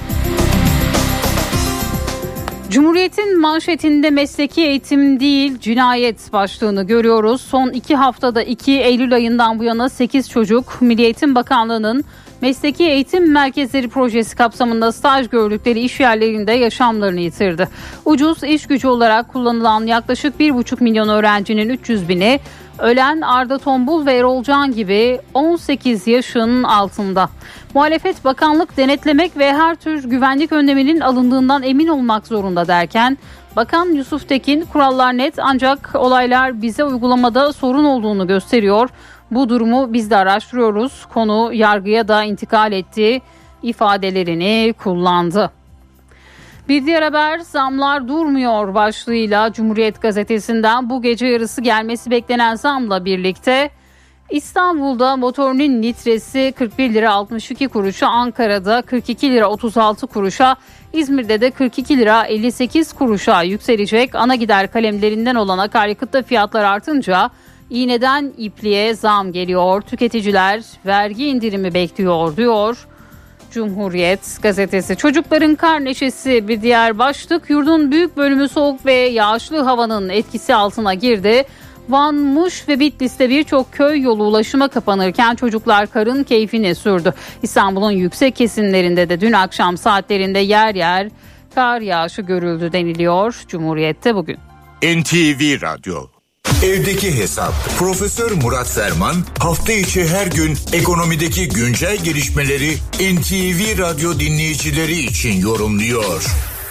S1: Cumhuriyet'in manşetinde mesleki eğitim değil cinayet başlığını görüyoruz. Son iki haftada iki Eylül ayından bu yana sekiz çocuk Milli Eğitim Bakanlığı'nın Mesleki Eğitim Merkezleri projesi kapsamında staj gördükleri iş yerlerinde yaşamlarını yitirdi. Ucuz iş gücü olarak kullanılan yaklaşık bir buçuk milyon öğrencinin üç yüz bini ölen Arda Tombul ve Erol Can gibi on sekiz yaşın altında. Muhalefet bakanlık denetlemek ve her tür güvenlik önleminin alındığından emin olmak zorunda derken Bakan Yusuf Tekin kurallar net ancak olaylar bize uygulamada sorun olduğunu gösteriyor. Bu durumu biz de araştırıyoruz. Konu yargıya da intikal etti ifadelerini kullandı. Bir diğer haber zamlar durmuyor başlığıyla Cumhuriyet gazetesinden bu gece yarısı gelmesi beklenen zamla birlikte İstanbul'da motorinin litresi kırk bir lira altmış iki kuruşa, Ankara'da kırk iki lira otuz altı kuruşa, İzmir'de de kırk iki lira elli sekiz kuruşa yükselecek. Ana gider kalemlerinden olan akaryakıtta fiyatlar artınca iğneden ipliğe zam geliyor. Tüketiciler vergi indirimi bekliyor diyor Cumhuriyet gazetesi. Çocukların kar neşesi bir diğer başlık. Yurdun büyük bölümü soğuk ve yağışlı havanın etkisi altına girdi. Van, Muş ve Bitlis'te birçok köy yolu ulaşıma kapanırken çocuklar karın keyfini sürdü. İstanbul'un yüksek kesimlerinde de dün akşam saatlerinde yer yer kar yağışı görüldü deniliyor Cumhuriyet'te bugün.
S2: N T V Radyo. Evdeki Hesap. Profesör Murat Ferman hafta içi her gün ekonomideki güncel gelişmeleri N T V Radyo dinleyicileri için yorumluyor.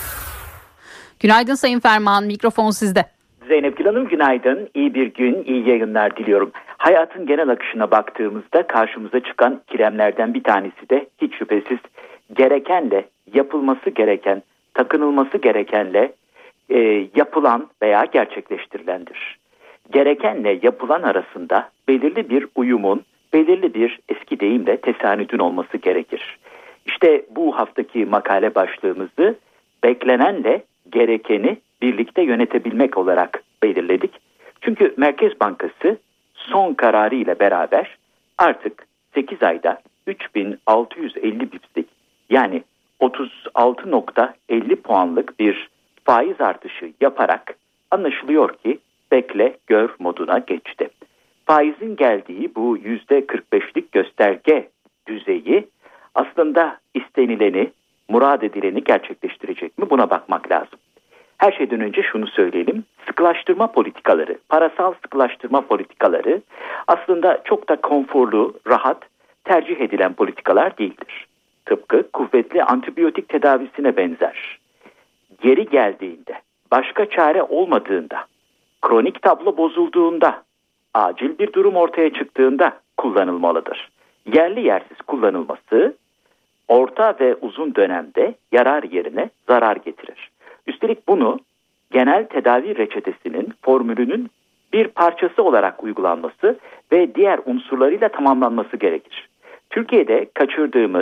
S1: Günaydın Sayın Ferman, mikrofon sizde.
S5: Zeynep Gül Hanım günaydın, iyi bir gün, iyi yayınlar diliyorum. Hayatın genel akışına baktığımızda karşımıza çıkan ikilemlerden bir tanesi de hiç şüphesiz gerekenle, yapılması gereken, takınılması gerekenle e, yapılan veya gerçekleştirilendir. Gerekenle yapılan arasında belirli bir uyumun, belirli bir eski deyimle tesanüdün olması gerekir. İşte bu haftaki makale başlığımızı beklenenle gerekeni birlikte yönetebilmek olarak belirledik. Çünkü Merkez Bankası son kararı ile beraber artık sekiz ayda üç bin altı yüz elli bipslik yani otuz altı nokta elli puanlık bir faiz artışı yaparak anlaşılıyor ki bekle gör moduna geçti. Faizin geldiği bu yüzde kırk beşlik gösterge düzeyi aslında istenileni, murad edileni gerçekleştirecek mi? Buna bakmak lazım. Her şeyden önce şunu söyleyelim. Sıkılaştırma politikaları, parasal sıkılaştırma politikaları aslında çok da konforlu, rahat, tercih edilen politikalar değildir. Tıpkı kuvvetli antibiyotik tedavisine benzer. Geri geldiğinde, başka çare olmadığında, kronik tablo bozulduğunda, acil bir durum ortaya çıktığında kullanılmalıdır. Yerli yersiz kullanılması orta ve uzun dönemde yarar yerine zarar getirir. Üstelik bunu genel tedavi reçetesinin formülünün bir parçası olarak uygulanması ve diğer unsurlarıyla tamamlanması gerekir. Türkiye'de kaçırdığımız,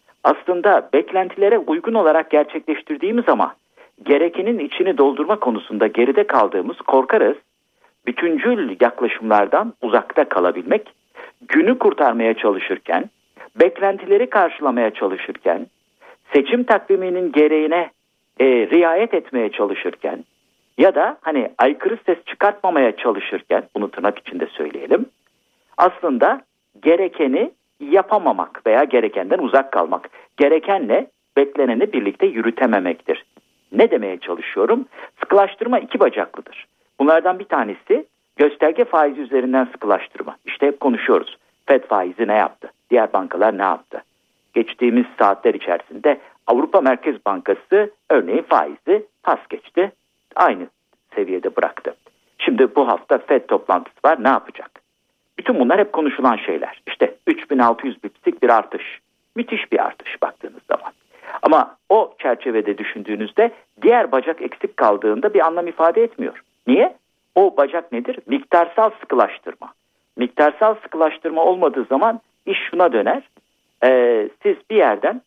S5: aslında beklentilere uygun olarak gerçekleştirdiğimiz ama gerekenin içini doldurma konusunda geride kaldığımız, korkarız, bütüncül yaklaşımlardan uzakta kalabilmek, günü kurtarmaya çalışırken, beklentileri karşılamaya çalışırken, seçim takviminin gereğine e, riayet etmeye çalışırken ya da hani aykırı ses çıkartmamaya çalışırken, bunu tırnak içinde söyleyelim, aslında gerekeni yapamamak veya gerekenden uzak kalmak, gerekenle bekleneni birlikte yürütememektir. Ne demeye çalışıyorum? Sıkılaştırma iki bacaklıdır. Bunlardan bir tanesi gösterge faizi üzerinden sıkılaştırma. İşte hep konuşuyoruz. Fed faizi ne yaptı? Diğer bankalar ne yaptı? Geçtiğimiz saatler içerisinde Avrupa Merkez Bankası örneğin faizi pas geçti. Aynı seviyede bıraktı. Şimdi bu hafta Fed toplantısı var. Ne yapacak? Bütün bunlar hep konuşulan şeyler. İşte üç bin altı yüz bipslik bir artış. Müthiş bir artış baktığınız zaman. Ama o çerçevede düşündüğünüzde diğer bacak eksik kaldığında bir anlam ifade etmiyor. Niye? O bacak nedir? Miktarsal sıkılaştırma. Miktarsal sıkılaştırma olmadığı zaman iş şuna döner. Ee, siz bir yerden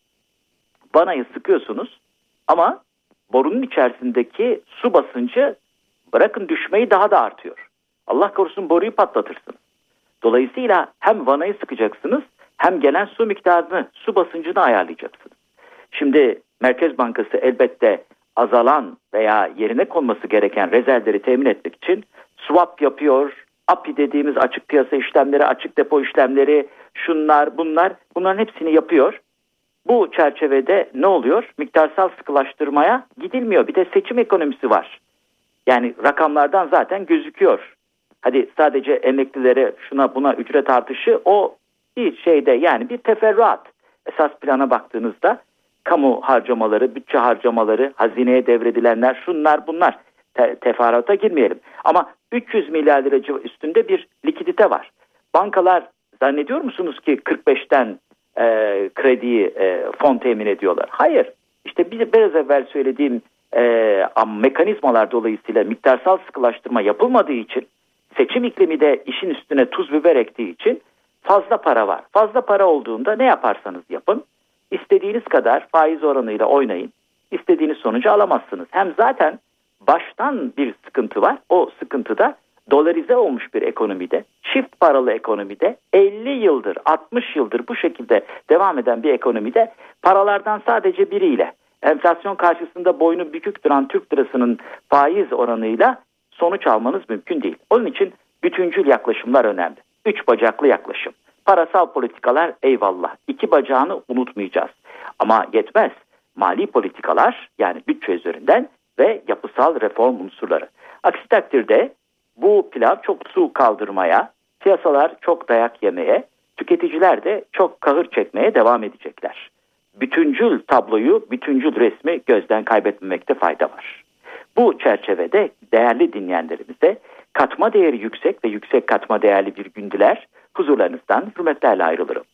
S5: vanayı sıkıyorsunuz ama borunun içerisindeki su basıncı bırakın düşmeyi daha da artıyor. Allah korusun boruyu patlatırsınız. Dolayısıyla hem vanayı sıkacaksınız hem gelen su miktarını, su basıncını ayarlayacaksınız. Şimdi Merkez Bankası elbette azalan veya yerine konması gereken rezervleri temin etmek için swap yapıyor, A P I dediğimiz açık piyasa işlemleri, açık depo işlemleri, şunlar bunlar, bunların hepsini yapıyor. Bu çerçevede ne oluyor? Miktarsal sıkılaştırmaya gidilmiyor. Bir de seçim ekonomisi var. Yani rakamlardan zaten gözüküyor. Hadi sadece emeklilere şuna buna ücret artışı, o bir şeyde yani bir teferruat. Esas plana baktığınızda kamu harcamaları, bütçe harcamaları, hazineye devredilenler, şunlar bunlar, Te- teferruata girmeyelim. Ama üç yüz milyar lira üstünde bir likidite var. Bankalar zannediyor musunuz ki kırk beşten e, krediyi e, fon temin ediyorlar? Hayır. İşte bir, biraz evvel söylediğim e, mekanizmalar dolayısıyla miktarsal sıkılaştırma yapılmadığı için, seçim iklimi de işin üstüne tuz biber ektiği için fazla para var. Fazla para olduğunda ne yaparsanız yapın, İstediğiniz kadar faiz oranıyla oynayın, İstediğiniz sonucu alamazsınız. Hem zaten baştan bir sıkıntı var. O sıkıntıda dolarize olmuş bir ekonomide, çift paralı ekonomide, elli yıldır, altmış yıldır bu şekilde devam eden bir ekonomide paralardan sadece biriyle, enflasyon karşısında boynu bükük duran Türk lirasının faiz oranıyla sonuç almanız mümkün değil. Onun için bütüncül yaklaşımlar önemli. Üç bacaklı yaklaşım. Parasal politikalar eyvallah. İki bacağını unutmayacağız. Ama yetmez. Mali politikalar, yani bütçe üzerinden ve yapısal reform unsurları. Aksi takdirde bu pilav çok su kaldırmaya, piyasalar çok dayak yemeye, tüketiciler de çok kahır çekmeye devam edecekler. Bütüncül tabloyu, bütüncül resmi gözden kaybetmemekte fayda var. Bu çerçevede değerli dinleyenlerimize katma değeri yüksek ve yüksek katma değerli bir gün diler, huzurlarınızdan hürmetlerle ayrılırım.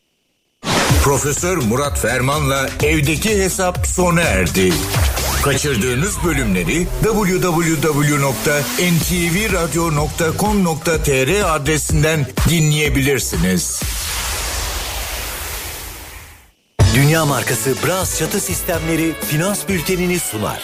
S2: Profesör Murat Ferman'la evdeki hesap sona erdi. Kaçırdığınız bölümleri double-u double-u double-u nokta en te ve radyo nokta com nokta tr adresinden dinleyebilirsiniz.
S6: Dünya markası Bras çatı sistemleri finans bültenini sunar.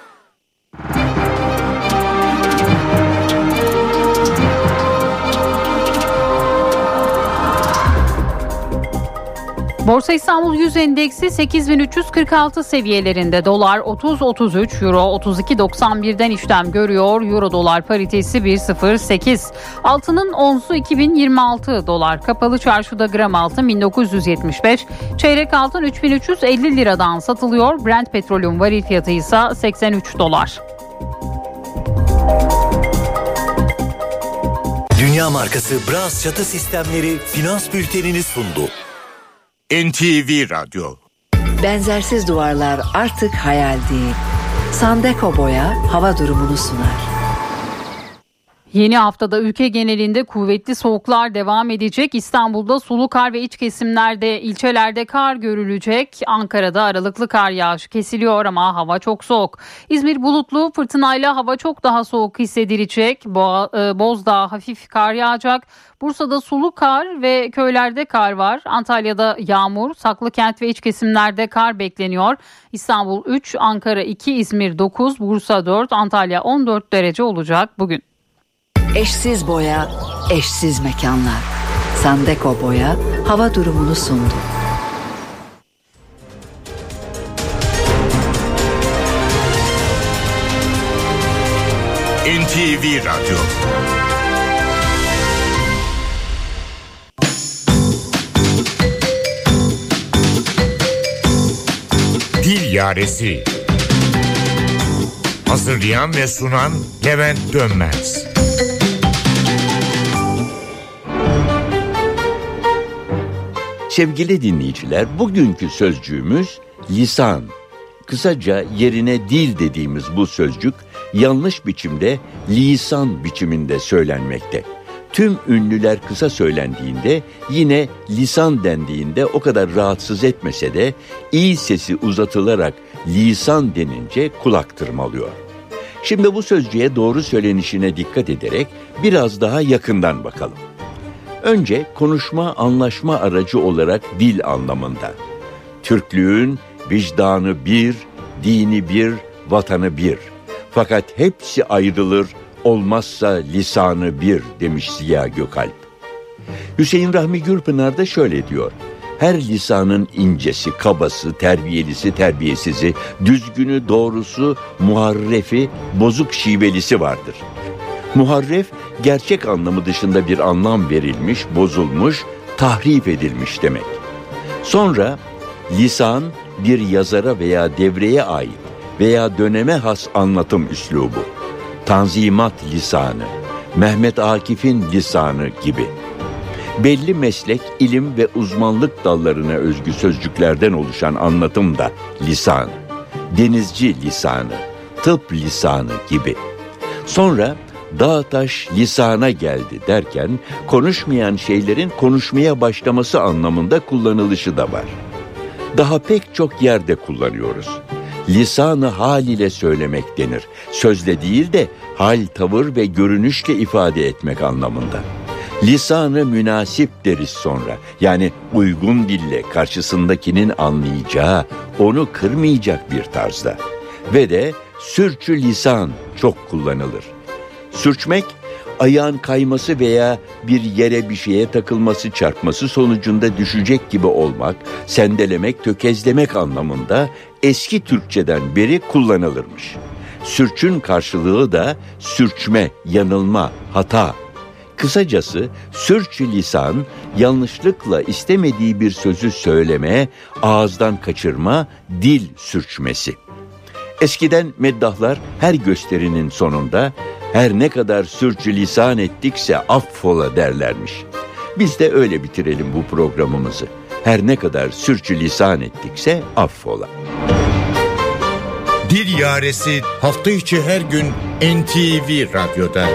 S1: Borsa İstanbul yüz endeksi sekiz bin üç yüz kırk altı seviyelerinde. Dolar otuz otuz üç, euro otuz iki doksan birden işlem görüyor. Euro dolar paritesi bir virgül sıfır sekiz. Altının onsu iki bin yirmi altı dolar. Kapalı çarşıda gram altın bin dokuz yüz yetmiş beş, çeyrek altın üç bin üç yüz elli liradan satılıyor. Brent petrolün varil fiyatı ise seksen üç dolar.
S6: Dünya markası Bras Çatı Sistemleri finans bültenini sundu.
S2: N T V Radyo.
S7: Benzersiz duvarlar artık hayal değil. Sandeko Boya hava durumunu sunar.
S1: Yeni haftada ülke genelinde kuvvetli soğuklar devam edecek. İstanbul'da sulu kar ve iç kesimlerde, ilçelerde kar görülecek. Ankara'da aralıklı kar yağışı kesiliyor ama hava çok soğuk. İzmir bulutlu, fırtınayla hava çok daha soğuk hissedilecek. Bo- Bozdağ hafif kar yağacak. Bursa'da sulu kar ve köylerde kar var. Antalya'da yağmur, Saklıkent ve iç kesimlerde kar bekleniyor. İstanbul üç, Ankara iki, İzmir dokuz, Bursa dört, Antalya on dört derece olacak bugün.
S7: Eşsiz boya, eşsiz mekanlar. Sandeko Boya hava durumunu sundu.
S2: N T V Radyo. Dil Yaresi. Hazırlayan ve sunan Levent Dönmez.
S8: Sevgili dinleyiciler, bugünkü sözcüğümüz lisan. Kısaca yerine dil dediğimiz bu sözcük yanlış biçimde lisan biçiminde söylenmekte. Tüm ünlüler kısa söylendiğinde yine lisan dendiğinde o kadar rahatsız etmese de i sesi uzatılarak lisan denince kulak tırmalıyor. Şimdi bu sözcüğe doğru söylenişine dikkat ederek biraz daha yakından bakalım. Önce konuşma, anlaşma aracı olarak dil anlamında. Türklüğün vicdanı bir, dini bir, vatanı bir. Fakat hepsi ayrılır, olmazsa lisanı bir demiş Ziya Gökalp. Hüseyin Rahmi Gürpınar da şöyle diyor. Her lisanın incesi, kabası, terbiyelisi, terbiyesizi, düzgünü, doğrusu, muharrefi, bozuk şivelisi vardır. Muharref, gerçek anlamı dışında bir anlam verilmiş, bozulmuş, tahrif edilmiş demek. Sonra lisan bir yazara veya devreye ait veya döneme has anlatım üslubu. Tanzimat lisanı, Mehmet Akif'in lisanı gibi. Belli meslek, ilim ve uzmanlık dallarına özgü sözcüklerden oluşan anlatım da lisan. Denizci lisanı, tıp lisanı gibi. Sonra dağ taş lisana geldi derken konuşmayan şeylerin konuşmaya başlaması anlamında kullanılışı da var. Daha pek çok yerde kullanıyoruz. Lisanı hal ile söylemek denir. Sözle değil de hal, tavır ve görünüşle ifade etmek anlamında. Lisanı münasip deriz sonra. Yani uygun dille karşısındakinin anlayacağı, onu kırmayacak bir tarzda. Ve de sürçü lisan çok kullanılır. Sürçmek, ayağın kayması veya bir yere bir şeye takılması, çarpması sonucunda düşecek gibi olmak, sendelemek, tökezlemek anlamında eski Türkçeden beri kullanılırmış. Sürçün karşılığı da sürçme, yanılma, hata. Kısacası sürçü lisan, yanlışlıkla istemediği bir sözü söyleme, ağızdan kaçırma, dil sürçmesi. Eskiden meddahlar her gösterinin sonunda her ne kadar sürçülisan ettikse affola derlermiş. Biz de öyle bitirelim bu programımızı. Her ne kadar sürçülisan ettikse affola.
S2: Dil Yaresi hafta içi her gün N T V Radyo'da.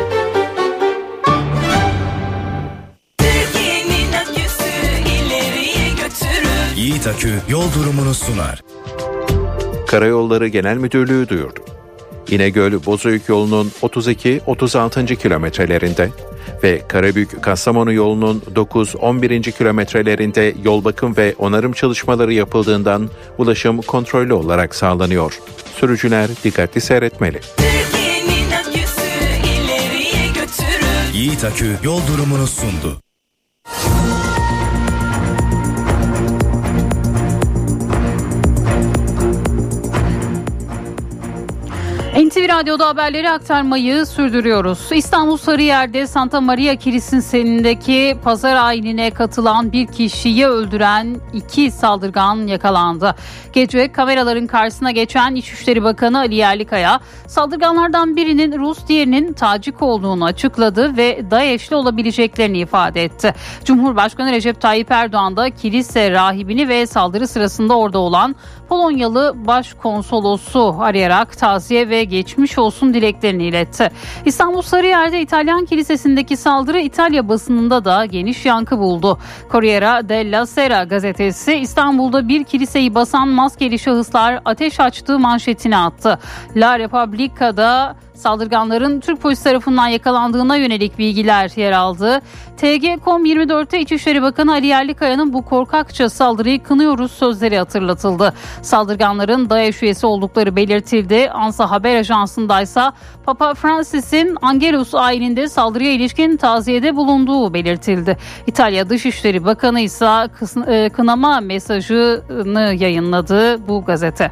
S6: Türkiye'nin aküsü ileriye götürür. Yiğit Akü yol durumunu sunar.
S4: Karayolları Genel Müdürlüğü duyurdu. İnegöl-Bozüyük yolunun otuz iki otuz altıncı kilometrelerinde ve Karabük-Kastamonu yolunun dokuz on birinci kilometrelerinde yol bakım ve onarım çalışmaları yapıldığından ulaşım kontrollü olarak sağlanıyor. Sürücüler dikkatli seyretmeli.
S6: Türkiye'nin aküsü ileriye götürür. Yiğit Akü yol durumunu sundu.
S1: N T V Radyo'da haberleri aktarmayı sürdürüyoruz. İstanbul Sarıyer'de Santa Maria Kilisesi'ndeki pazar ayinine katılan bir kişiyi öldüren iki saldırgan yakalandı. Gece kameraların karşısına geçen İçişleri Bakanı Ali Yerlikaya, saldırganlardan birinin Rus, diğerinin Tacik olduğunu açıkladı ve DAEŞ'li olabileceklerini ifade etti. Cumhurbaşkanı Recep Tayyip Erdoğan da kilise rahibini ve saldırı sırasında orada olan Polonyalı Başkonsolosu arayarak taziye ve geçmiş olsun dileklerini iletti. İstanbul Sarıyer'de İtalyan Kilisesi'ndeki saldırı İtalya basınında da geniş yankı buldu. Corriere della Sera gazetesi İstanbul'da bir kiliseyi basan maskeli şahıslar ateş açtığı manşetini attı. La Repubblica'da saldırganların Türk polisi tarafından yakalandığına yönelik bilgiler yer aldı. T G nokta com yirmi dörtte İçişleri Bakanı Ali Yerlikaya'nın bu korkakça saldırıyı kınıyoruz sözleri hatırlatıldı. Saldırganların DAEŞ üyesi oldukları belirtildi. Ansa Haber Ajansı'ndaysa Papa Francis'in Angelus ayininde saldırıya ilişkin taziyede bulunduğu belirtildi. İtalya Dışişleri Bakanı ise kınama mesajını yayınladı bu gazete.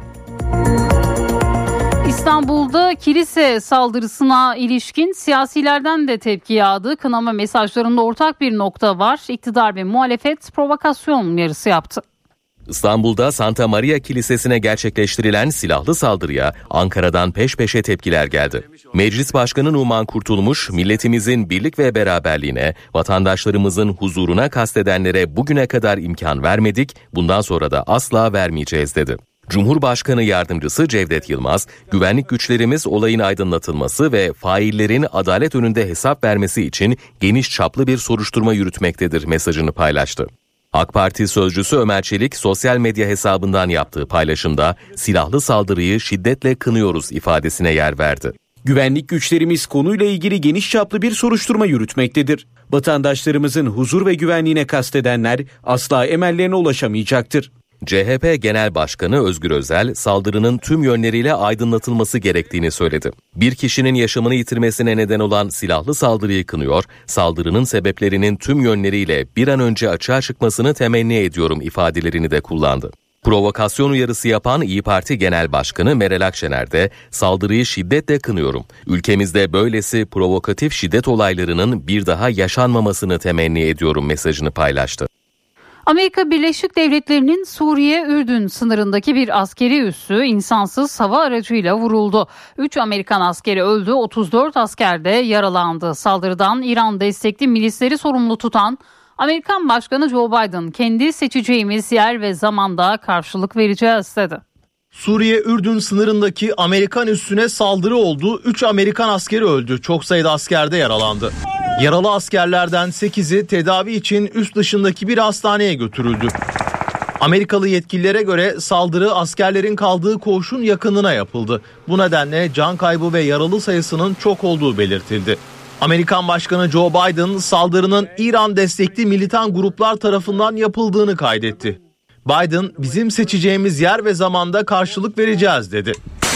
S1: İstanbul'da kilise saldırısına ilişkin siyasilerden de tepki yağdı. Kınama mesajlarında ortak bir nokta var. İktidar ve muhalefet provokasyon uyarısı yaptı.
S13: İstanbul'da Santa Maria Kilisesi'ne gerçekleştirilen silahlı saldırıya Ankara'dan peş peşe tepkiler geldi. Meclis Başkanı Numan Kurtulmuş, milletimizin birlik ve beraberliğine, vatandaşlarımızın huzuruna kastedenlere bugüne kadar imkan vermedik, bundan sonra da asla vermeyeceğiz dedi. Cumhurbaşkanı Yardımcısı Cevdet Yılmaz, güvenlik güçlerimiz olayın aydınlatılması ve faillerin adalet önünde hesap vermesi için geniş çaplı bir soruşturma yürütmektedir mesajını paylaştı. AK Parti sözcüsü Ömer Çelik sosyal medya hesabından yaptığı paylaşımda silahlı saldırıyı şiddetle kınıyoruz ifadesine yer verdi.
S9: Güvenlik güçlerimiz konuyla ilgili geniş çaplı bir soruşturma yürütmektedir. Vatandaşlarımızın huzur ve güvenliğine kastedenler asla emellerine ulaşamayacaktır.
S13: C H P Genel Başkanı Özgür Özel, saldırının tüm yönleriyle aydınlatılması gerektiğini söyledi. Bir kişinin yaşamını yitirmesine neden olan silahlı saldırıyı kınıyor, saldırının sebeplerinin tüm yönleriyle bir an önce açığa çıkmasını temenni ediyorum ifadelerini de kullandı. Provokasyon uyarısı yapan İYİ Parti Genel Başkanı Meral Akşener de saldırıyı şiddetle kınıyorum. Ülkemizde böylesi provokatif şiddet olaylarının bir daha yaşanmamasını temenni ediyorum mesajını paylaştı.
S1: Amerika Birleşik Devletleri'nin Suriye-Ürdün sınırındaki bir askeri üssü insansız hava aracıyla vuruldu. üç Amerikan askeri öldü, otuz dört asker de yaralandı. Saldırıdan İran destekli milisleri sorumlu tutan Amerikan Başkanı Joe Biden, kendi seçeceğimiz yer ve zamanda karşılık vereceğiz dedi.
S10: Suriye-Ürdün sınırındaki Amerikan üssüne saldırı oldu. üç Amerikan askeri öldü. Çok sayıda asker de yaralandı. Yaralı askerlerden sekizi tedavi için üs dışındaki bir hastaneye götürüldü. Amerikalı yetkililere göre saldırı askerlerin kaldığı koğuşun yakınına yapıldı. Bu nedenle can kaybı ve yaralı sayısının çok olduğu belirtildi. Amerikan Başkanı Joe Biden saldırının İran destekli militan gruplar tarafından yapıldığını kaydetti. Biden, bizim seçeceğimiz yer ve zamanda karşılık vereceğiz dedi.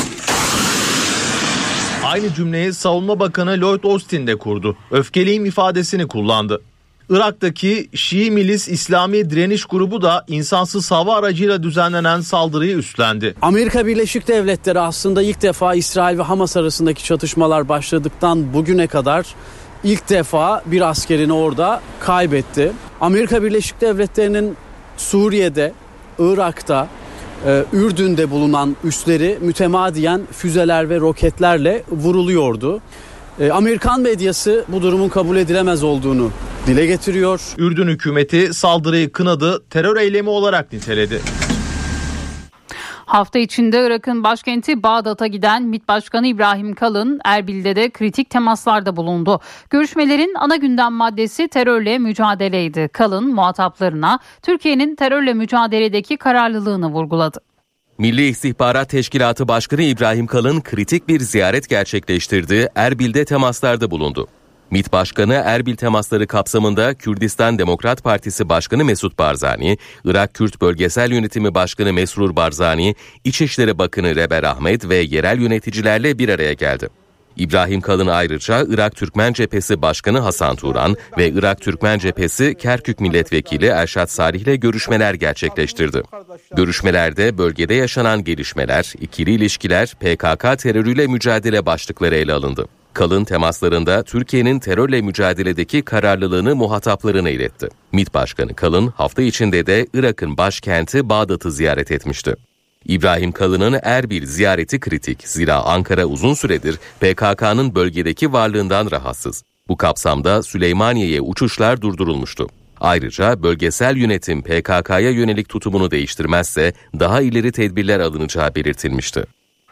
S10: Aynı cümleyi Savunma Bakanı Lloyd Austin de kurdu. Öfkeliyim ifadesini kullandı. Irak'taki Şii milis İslami Direniş Grubu da insansız hava aracıyla düzenlenen saldırıyı üstlendi.
S11: Amerika Birleşik Devletleri aslında ilk defa İsrail ve Hamas arasındaki çatışmalar başladıktan bugüne kadar ilk defa bir askerini orada kaybetti. Amerika Birleşik Devletleri'nin Suriye'de, Irak'ta, e, Ürdün'de bulunan üsleri mütemadiyen füzeler ve roketlerle vuruluyordu. E, Amerikan medyası bu durumun kabul edilemez olduğunu dile getiriyor.
S10: Ürdün hükümeti saldırıyı kınadı, terör eylemi olarak niteledi.
S1: Hafta içinde Irak'ın başkenti Bağdat'a giden MİT Başkanı İbrahim Kalın, Erbil'de de kritik temaslarda bulundu. Görüşmelerin ana gündem maddesi terörle mücadeleydi. Kalın muhataplarına Türkiye'nin terörle mücadeledeki kararlılığını vurguladı.
S13: Milli İstihbarat Teşkilatı Başkanı İbrahim Kalın kritik bir ziyaret gerçekleştirdi, Erbil'de temaslarda bulundu. MİT Başkanı Erbil temasları kapsamında Kürdistan Demokrat Partisi Başkanı Mesut Barzani, Irak Kürt Bölgesel Yönetimi Başkanı Mesrur Barzani, İçişleri Bakanı Reber Ahmet ve yerel yöneticilerle bir araya geldi. İbrahim Kalın ayrıca Irak Türkmen Cephesi Başkanı Hasan Turan ve Irak Türkmen Cephesi Kerkük Milletvekili Erşat Salih ile görüşmeler gerçekleştirdi. Görüşmelerde bölgede yaşanan gelişmeler, ikili ilişkiler, P K K terörüyle mücadele başlıkları ele alındı. Kalın temaslarında Türkiye'nin terörle mücadeledeki kararlılığını muhataplarına iletti. MİT Başkanı Kalın hafta içinde de Irak'ın başkenti Bağdat'ı ziyaret etmişti. İbrahim Kalın'ın Erbil ziyareti kritik. Zira Ankara uzun süredir P K K'nın bölgedeki varlığından rahatsız. Bu kapsamda Süleymaniye'ye uçuşlar durdurulmuştu. Ayrıca bölgesel yönetim P K K'ya yönelik tutumunu değiştirmezse daha ileri tedbirler alınacağı belirtilmişti.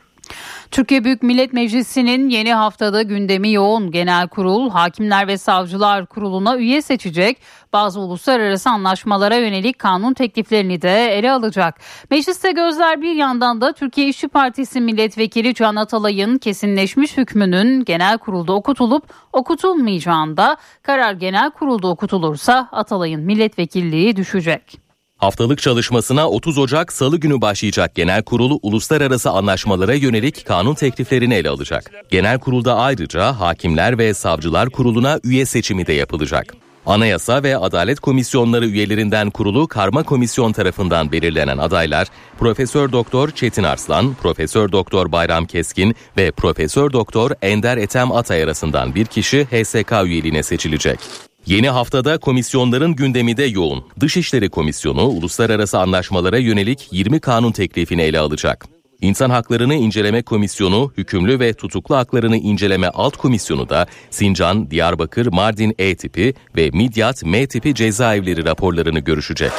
S1: Türkiye Büyük Millet Meclisi'nin yeni haftada gündemi yoğun. Genel Kurul, Hakimler ve Savcılar Kurulu'na üye seçecek. Bazı uluslararası anlaşmalara yönelik kanun tekliflerini de ele alacak. Mecliste gözler bir yandan da Türkiye İşçi Partisi Milletvekili Can Atalay'ın kesinleşmiş hükmünün Genel Kurul'da okutulup okutulmayacağında, karar Genel Kurul'da okutulursa Atalay'ın milletvekilliği düşecek.
S13: Haftalık çalışmasına otuz Ocak Salı günü başlayacak Genel Kurulu uluslararası anlaşmalara yönelik kanun tekliflerini ele alacak. Genel Kurul'da ayrıca Hakimler ve Savcılar Kurulu'na üye seçimi de yapılacak. Anayasa ve Adalet Komisyonları üyelerinden kurulu karma komisyon tarafından belirlenen adaylar Profesör Doktor Çetin Arslan, Profesör Doktor Bayram Keskin ve Profesör Doktor Ender Ethem Atay arasından bir kişi H S K üyeliğine seçilecek. Yeni haftada komisyonların gündemi de yoğun. Dışişleri Komisyonu uluslararası anlaşmalara yönelik yirmi kanun teklifini ele alacak. İnsan Haklarını İnceleme Komisyonu, Hükümlü ve Tutuklu Haklarını İnceleme Alt Komisyonu da Sincan, Diyarbakır, Mardin E tipi ve Midyat M tipi cezaevleri raporlarını görüşecek.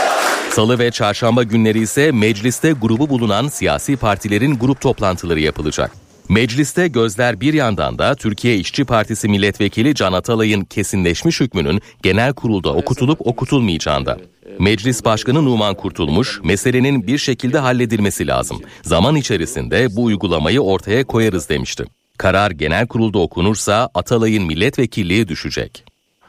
S13: Salı ve çarşamba günleri ise mecliste grubu bulunan siyasi partilerin grup toplantıları yapılacak. Mecliste gözler bir yandan da Türkiye İşçi Partisi Milletvekili Can Atalay'ın kesinleşmiş hükmünün Genel Kurul'da okutulup okutulmayacağında. Meclis Başkanı Numan Kurtulmuş, meselenin bir şekilde halledilmesi lazım. Zaman içerisinde bu uygulamayı ortaya koyarız demişti. Karar Genel Kurul'da okunursa Atalay'ın milletvekilliği düşecek.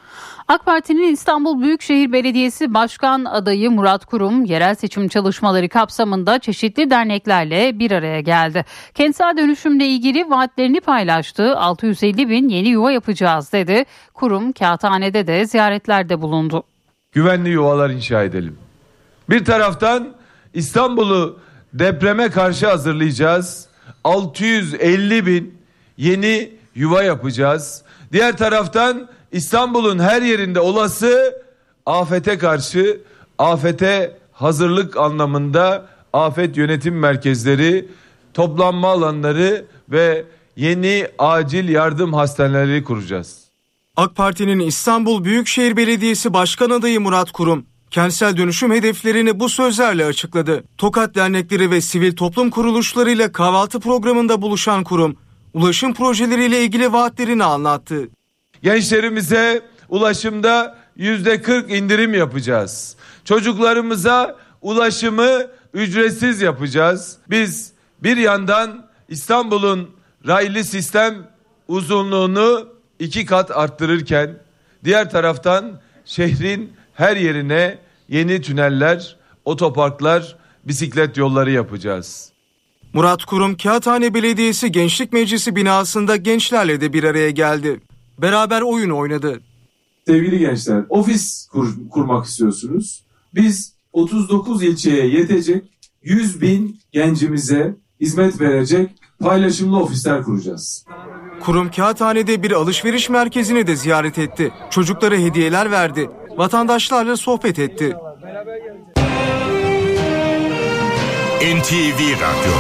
S1: AK Parti'nin İstanbul Büyükşehir Belediyesi Başkan adayı Murat Kurum, yerel seçim çalışmaları kapsamında çeşitli derneklerle bir araya geldi. Kentsel dönüşümle ilgili vaatlerini paylaştı. altı yüz elli bin yeni yuva yapacağız dedi. Kurum, Kağıthane'de de ziyaretlerde bulundu.
S14: Güvenli yuvalar inşa edelim. Bir taraftan İstanbul'u depreme karşı hazırlayacağız. altı yüz elli bin yeni yuva yapacağız. Diğer taraftan İstanbul'un her yerinde olası afete karşı, afete hazırlık anlamında afet yönetim merkezleri, toplanma alanları ve yeni acil yardım hastaneleri kuracağız.
S15: AK Parti'nin İstanbul Büyükşehir Belediyesi Başkan adayı Murat Kurum, kentsel dönüşüm hedeflerini bu sözlerle açıkladı. Tokat dernekleri ve sivil toplum kuruluşlarıyla kahvaltı programında buluşan Kurum, ulaşım projeleriyle ilgili vaatlerini anlattı.
S14: Gençlerimize ulaşımda yüzde kırk indirim yapacağız. Çocuklarımıza ulaşımı ücretsiz yapacağız. Biz bir yandan İstanbul'un raylı sistem uzunluğunu iki kat arttırırken diğer taraftan şehrin her yerine yeni tüneller, otoparklar, bisiklet yolları yapacağız.
S15: Murat Kurum, Kağıthane Belediyesi Gençlik Meclisi binasında gençlerle de bir araya geldi. Beraber oyun oynadı.
S16: Sevgili gençler, ofis kur, kurmak istiyorsunuz. Biz otuz dokuz ilçeye yetecek yüz bin gencimize hizmet verecek paylaşımlı ofisler kuracağız.
S15: Kurum, Kağıthane'de bir alışveriş merkezini de ziyaret etti. Çocuklara hediyeler verdi. Vatandaşlarla sohbet etti.
S2: N T V Radyo.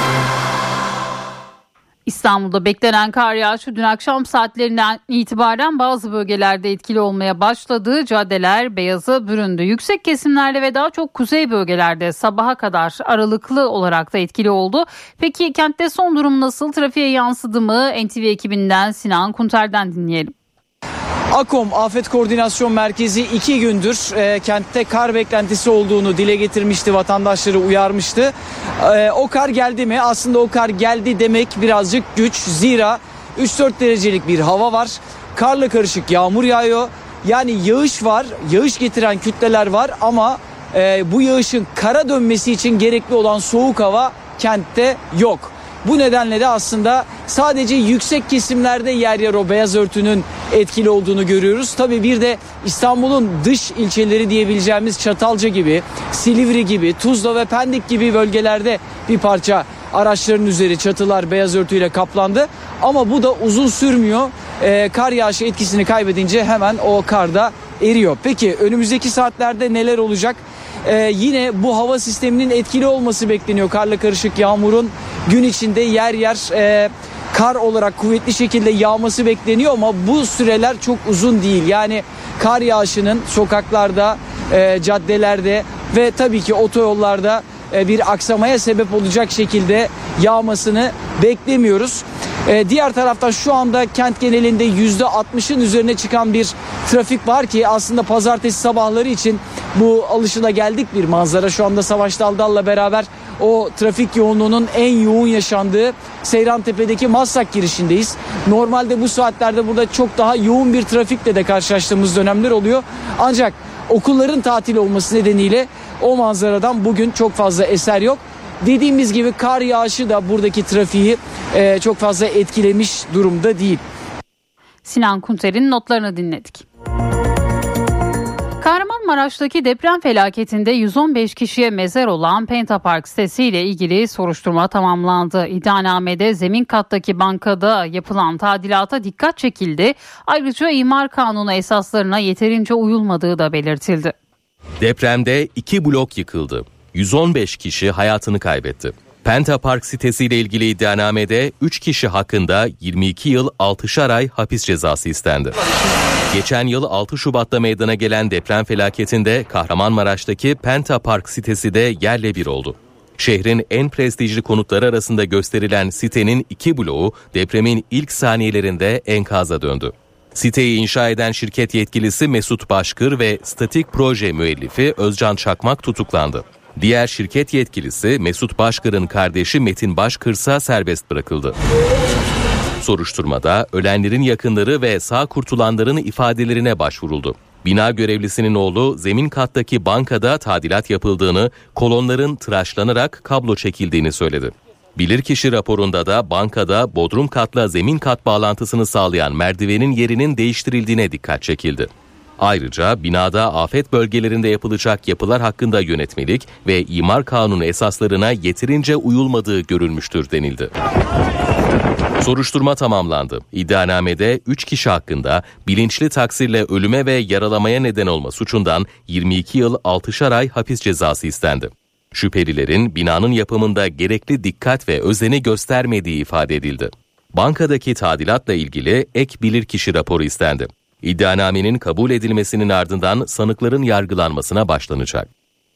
S1: İstanbul'da beklenen kar yağışı dün akşam saatlerinden itibaren bazı bölgelerde etkili olmaya başladı. Caddeler beyaza büründü. Yüksek kesimlerde ve daha çok kuzey bölgelerde sabaha kadar aralıklı olarak da etkili oldu. Peki kentte son durum nasıl? Trafiğe yansıdı mı? N T V ekibinden Sinan Kunter'den dinleyelim.
S11: AKOM Afet Koordinasyon Merkezi iki gündür e, kentte kar beklentisi olduğunu dile getirmişti, vatandaşları uyarmıştı. E, o kar geldi mi? Aslında o kar geldi demek birazcık güç. Zira üç dört derecelik bir hava var. Karla karışık yağmur yağıyor. Yani yağış var, yağış getiren kütleler var ama e, bu yağışın kara dönmesi için gerekli olan soğuk hava kentte yok. Bu nedenle de aslında sadece yüksek kesimlerde yer yer o beyaz örtünün etkili olduğunu görüyoruz. Tabii bir de İstanbul'un dış ilçeleri diyebileceğimiz Çatalca gibi, Silivri gibi, Tuzla ve Pendik gibi bölgelerde bir parça araçların üzeri, çatılar beyaz örtüyle kaplandı. Ama bu da uzun sürmüyor. Ee, kar yağışı etkisini kaybedince hemen o kar da eriyor. Peki önümüzdeki saatlerde neler olacak? Ee, yine bu hava sisteminin etkili olması bekleniyor. Karla karışık yağmurun gün içinde yer yer e, kar olarak kuvvetli şekilde yağması bekleniyor ama bu süreler çok uzun değil. Yani kar yağışının sokaklarda, e, caddelerde ve tabii ki otoyollarda e, bir aksamaya sebep olacak şekilde yağmasını beklemiyoruz. Ee, diğer taraftan şu anda kent genelinde yüzde altmışın üzerine çıkan bir trafik var ki aslında pazartesi sabahları için bu alışılageldik bir manzara. Şu anda Savaş Daldal'la beraber o trafik yoğunluğunun en yoğun yaşandığı Seyrantepe'deki Maslak girişindeyiz. Normalde bu saatlerde burada çok daha yoğun bir trafikle de karşılaştığımız dönemler oluyor. Ancak okulların tatil olması nedeniyle o manzaradan bugün çok fazla eser yok. Dediğimiz gibi kar yağışı da buradaki trafiği e, çok fazla etkilemiş durumda değil.
S1: Sinan Kunter'in notlarını dinledik. Kahramanmaraş'taki deprem felaketinde yüz on beş kişiye mezar olan Penta Park sitesiyle ilgili soruşturma tamamlandı. İddianamede zemin kattaki bankada yapılan tadilata dikkat çekildi. Ayrıca imar kanunu esaslarına yeterince uyulmadığı da belirtildi.
S13: Depremde iki blok yıkıldı. yüz on beş kişi hayatını kaybetti. Penta Park sitesiyle ilgili iddianamede üç kişi hakkında yirmi iki yıl altışar ay hapis cezası istendi. Geçen yıl altı Şubat'ta meydana gelen deprem felaketinde Kahramanmaraş'taki Penta Park sitesi de yerle bir oldu. Şehrin en prestijli konutları arasında gösterilen sitenin iki bloğu depremin ilk saniyelerinde enkaza döndü. Siteyi inşa eden şirket yetkilisi Mesut Başkır ve statik proje müellifi Özcan Çakmak tutuklandı. Diğer şirket yetkilisi Mesut Başkır'ın kardeşi Metin Başkır ise serbest bırakıldı. Soruşturmada ölenlerin yakınları ve sağ kurtulanların ifadelerine başvuruldu. Bina görevlisinin oğlu zemin kattaki bankada tadilat yapıldığını, kolonların tıraşlanarak kablo çekildiğini söyledi. Bilirkişi raporunda da bankada bodrum katla zemin kat bağlantısını sağlayan merdivenin yerinin değiştirildiğine dikkat çekildi. Ayrıca binada afet bölgelerinde yapılacak yapılar hakkında yönetmelik ve imar kanunu esaslarına yeterince uyulmadığı görülmüştür denildi. Soruşturma tamamlandı. İddianamede üç kişi hakkında bilinçli taksirle ölüme ve yaralamaya neden olma suçundan yirmi iki yıl altışar ay hapis cezası istendi. Şüphelilerin binanın yapımında gerekli dikkat ve özeni göstermediği ifade edildi. Bankadaki tadilatla ilgili ek bilirkişi raporu istendi. İddianamenin kabul edilmesinin ardından sanıkların yargılanmasına başlanacak.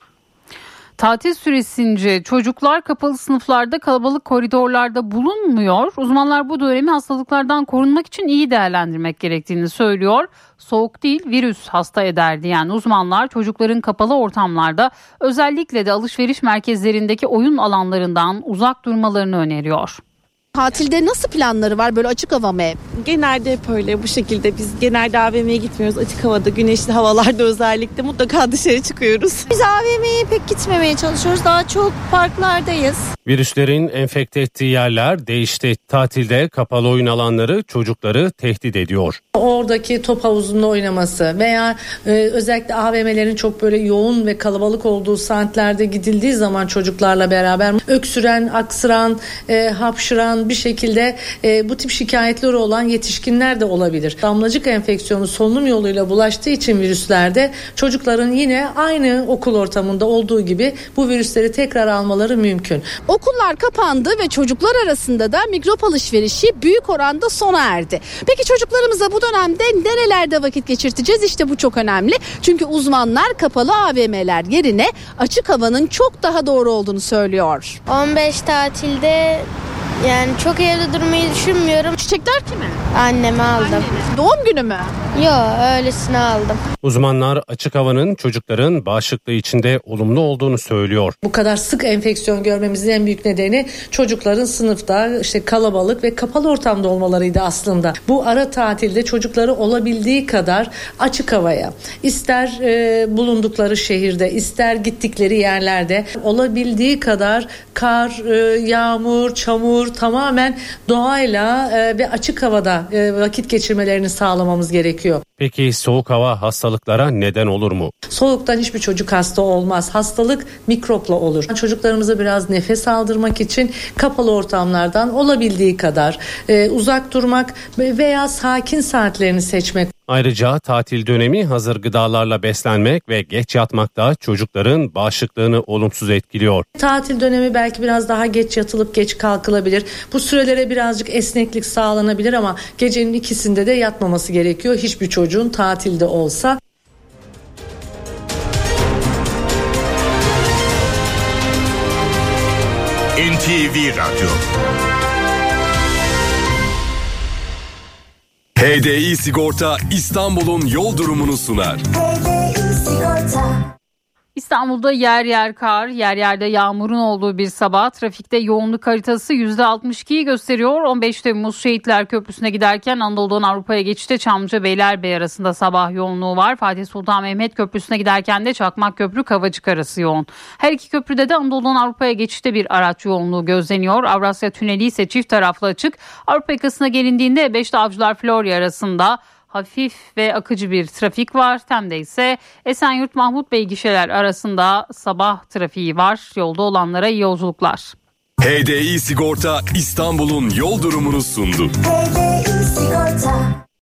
S1: Tatil süresince çocuklar kapalı sınıflarda, kalabalık koridorlarda bulunmuyor. Uzmanlar bu dönemi hastalıklardan korunmak için iyi değerlendirmek gerektiğini söylüyor. Soğuk değil, virüs hasta eder diyen uzmanlar çocukların kapalı ortamlarda, özellikle de alışveriş merkezlerindeki oyun alanlarından uzak durmalarını öneriyor.
S24: Tatilde nasıl planları var, böyle açık hava mı?
S12: Genelde hep öyle, bu şekilde. Biz genelde A V M'ye gitmiyoruz. Açık havada, güneşli havalarda özellikle mutlaka dışarı çıkıyoruz.
S24: Biz A V M'ye pek gitmemeye çalışıyoruz. Daha çok parklardayız.
S17: Virüslerin enfekte ettiği yerler değişti. Tatilde kapalı oyun alanları çocukları tehdit ediyor.
S18: Oradaki top havuzunda oynaması veya e, özellikle A V M'lerin çok böyle yoğun ve kalabalık olduğu saatlerde gidildiği zaman çocuklarla beraber öksüren, aksıran, e, hapşıran bir şekilde e, bu tip şikayetleri olan yetişkinler de olabilir. Damlacık enfeksiyonu solunum yoluyla bulaştığı için virüslerde çocukların yine aynı okul ortamında olduğu gibi bu virüsleri tekrar almaları mümkün.
S24: Okullar kapandı ve çocuklar arasında da mikrop alışverişi büyük oranda sona erdi. Peki çocuklarımıza bu dönemde nerelerde vakit geçirteceğiz? İşte bu çok önemli. Çünkü uzmanlar kapalı A V M'ler yerine açık havanın çok daha doğru olduğunu söylüyor.
S19: on beş tatilde yani çok evde durmayı düşünmüyorum.
S24: Çiçekler kime?
S19: Anneme aldım.
S24: Annene. Doğum günü mü?
S19: Yok, öylesine aldım.
S17: Uzmanlar açık havanın çocukların bağışıklığı içinde olumlu olduğunu söylüyor.
S18: Bu kadar sık enfeksiyon görmemizin en büyük nedeni çocukların sınıfta işte kalabalık ve kapalı ortamda olmalarıydı aslında. Bu ara tatilde çocukları olabildiği kadar açık havaya, ister e, bulundukları şehirde, ister gittikleri yerlerde olabildiği kadar kar, e, yağmur, çamur, Tamamen doğayla e, ve açık havada e, vakit geçirmelerini sağlamamız gerekiyor.
S17: Peki soğuk hava hastalıklara neden olur mu?
S18: Soğuktan hiçbir çocuk hasta olmaz. Hastalık mikropla olur. Çocuklarımıza biraz nefes aldırmak için kapalı ortamlardan olabildiği kadar e, uzak durmak veya sakin saatlerini seçmek.
S17: Ayrıca tatil dönemi hazır gıdalarla beslenmek ve geç yatmak da çocukların bağışıklığını olumsuz etkiliyor.
S18: Tatil dönemi belki biraz daha geç yatılıp geç kalkılabilir. Bu sürelere birazcık esneklik sağlanabilir ama gecenin ikisinde de yatmaması gerekiyor. Hiçbir çocuğun tatilde olsa.
S2: N T V Radyo.
S3: H D I Sigorta İstanbul'un yol durumunu sunar.
S1: İstanbul'da yer yer kar, yer yerde yağmurun olduğu bir sabah. Trafikte yoğunluk haritası yüzde altmış ikiyi gösteriyor. on beş Temmuz Şehitler Köprüsü'ne giderken Anadolu'dan Avrupa'ya geçişte Çamlıca Beylerbeyi arasında sabah yoğunluğu var. Fatih Sultan Mehmet Köprüsü'ne giderken de Çakmak Köprü Kavacık arası yoğun. Her iki köprüde de Anadolu'dan Avrupa'ya geçişte bir araç yoğunluğu gözleniyor. Avrasya Tüneli ise çift taraflı açık. Avrupa yakasına gelindiğinde E beşte Avcılar Florya arasında hafif ve akıcı bir trafik var. Tem'de ise Esenyurt Mahmut Bey gişeler arasında sabah trafiği var. Yolda olanlara iyi yolculuklar.
S3: H D I Sigorta İstanbul'un yol durumunu sundu.
S20: H D I Sigorta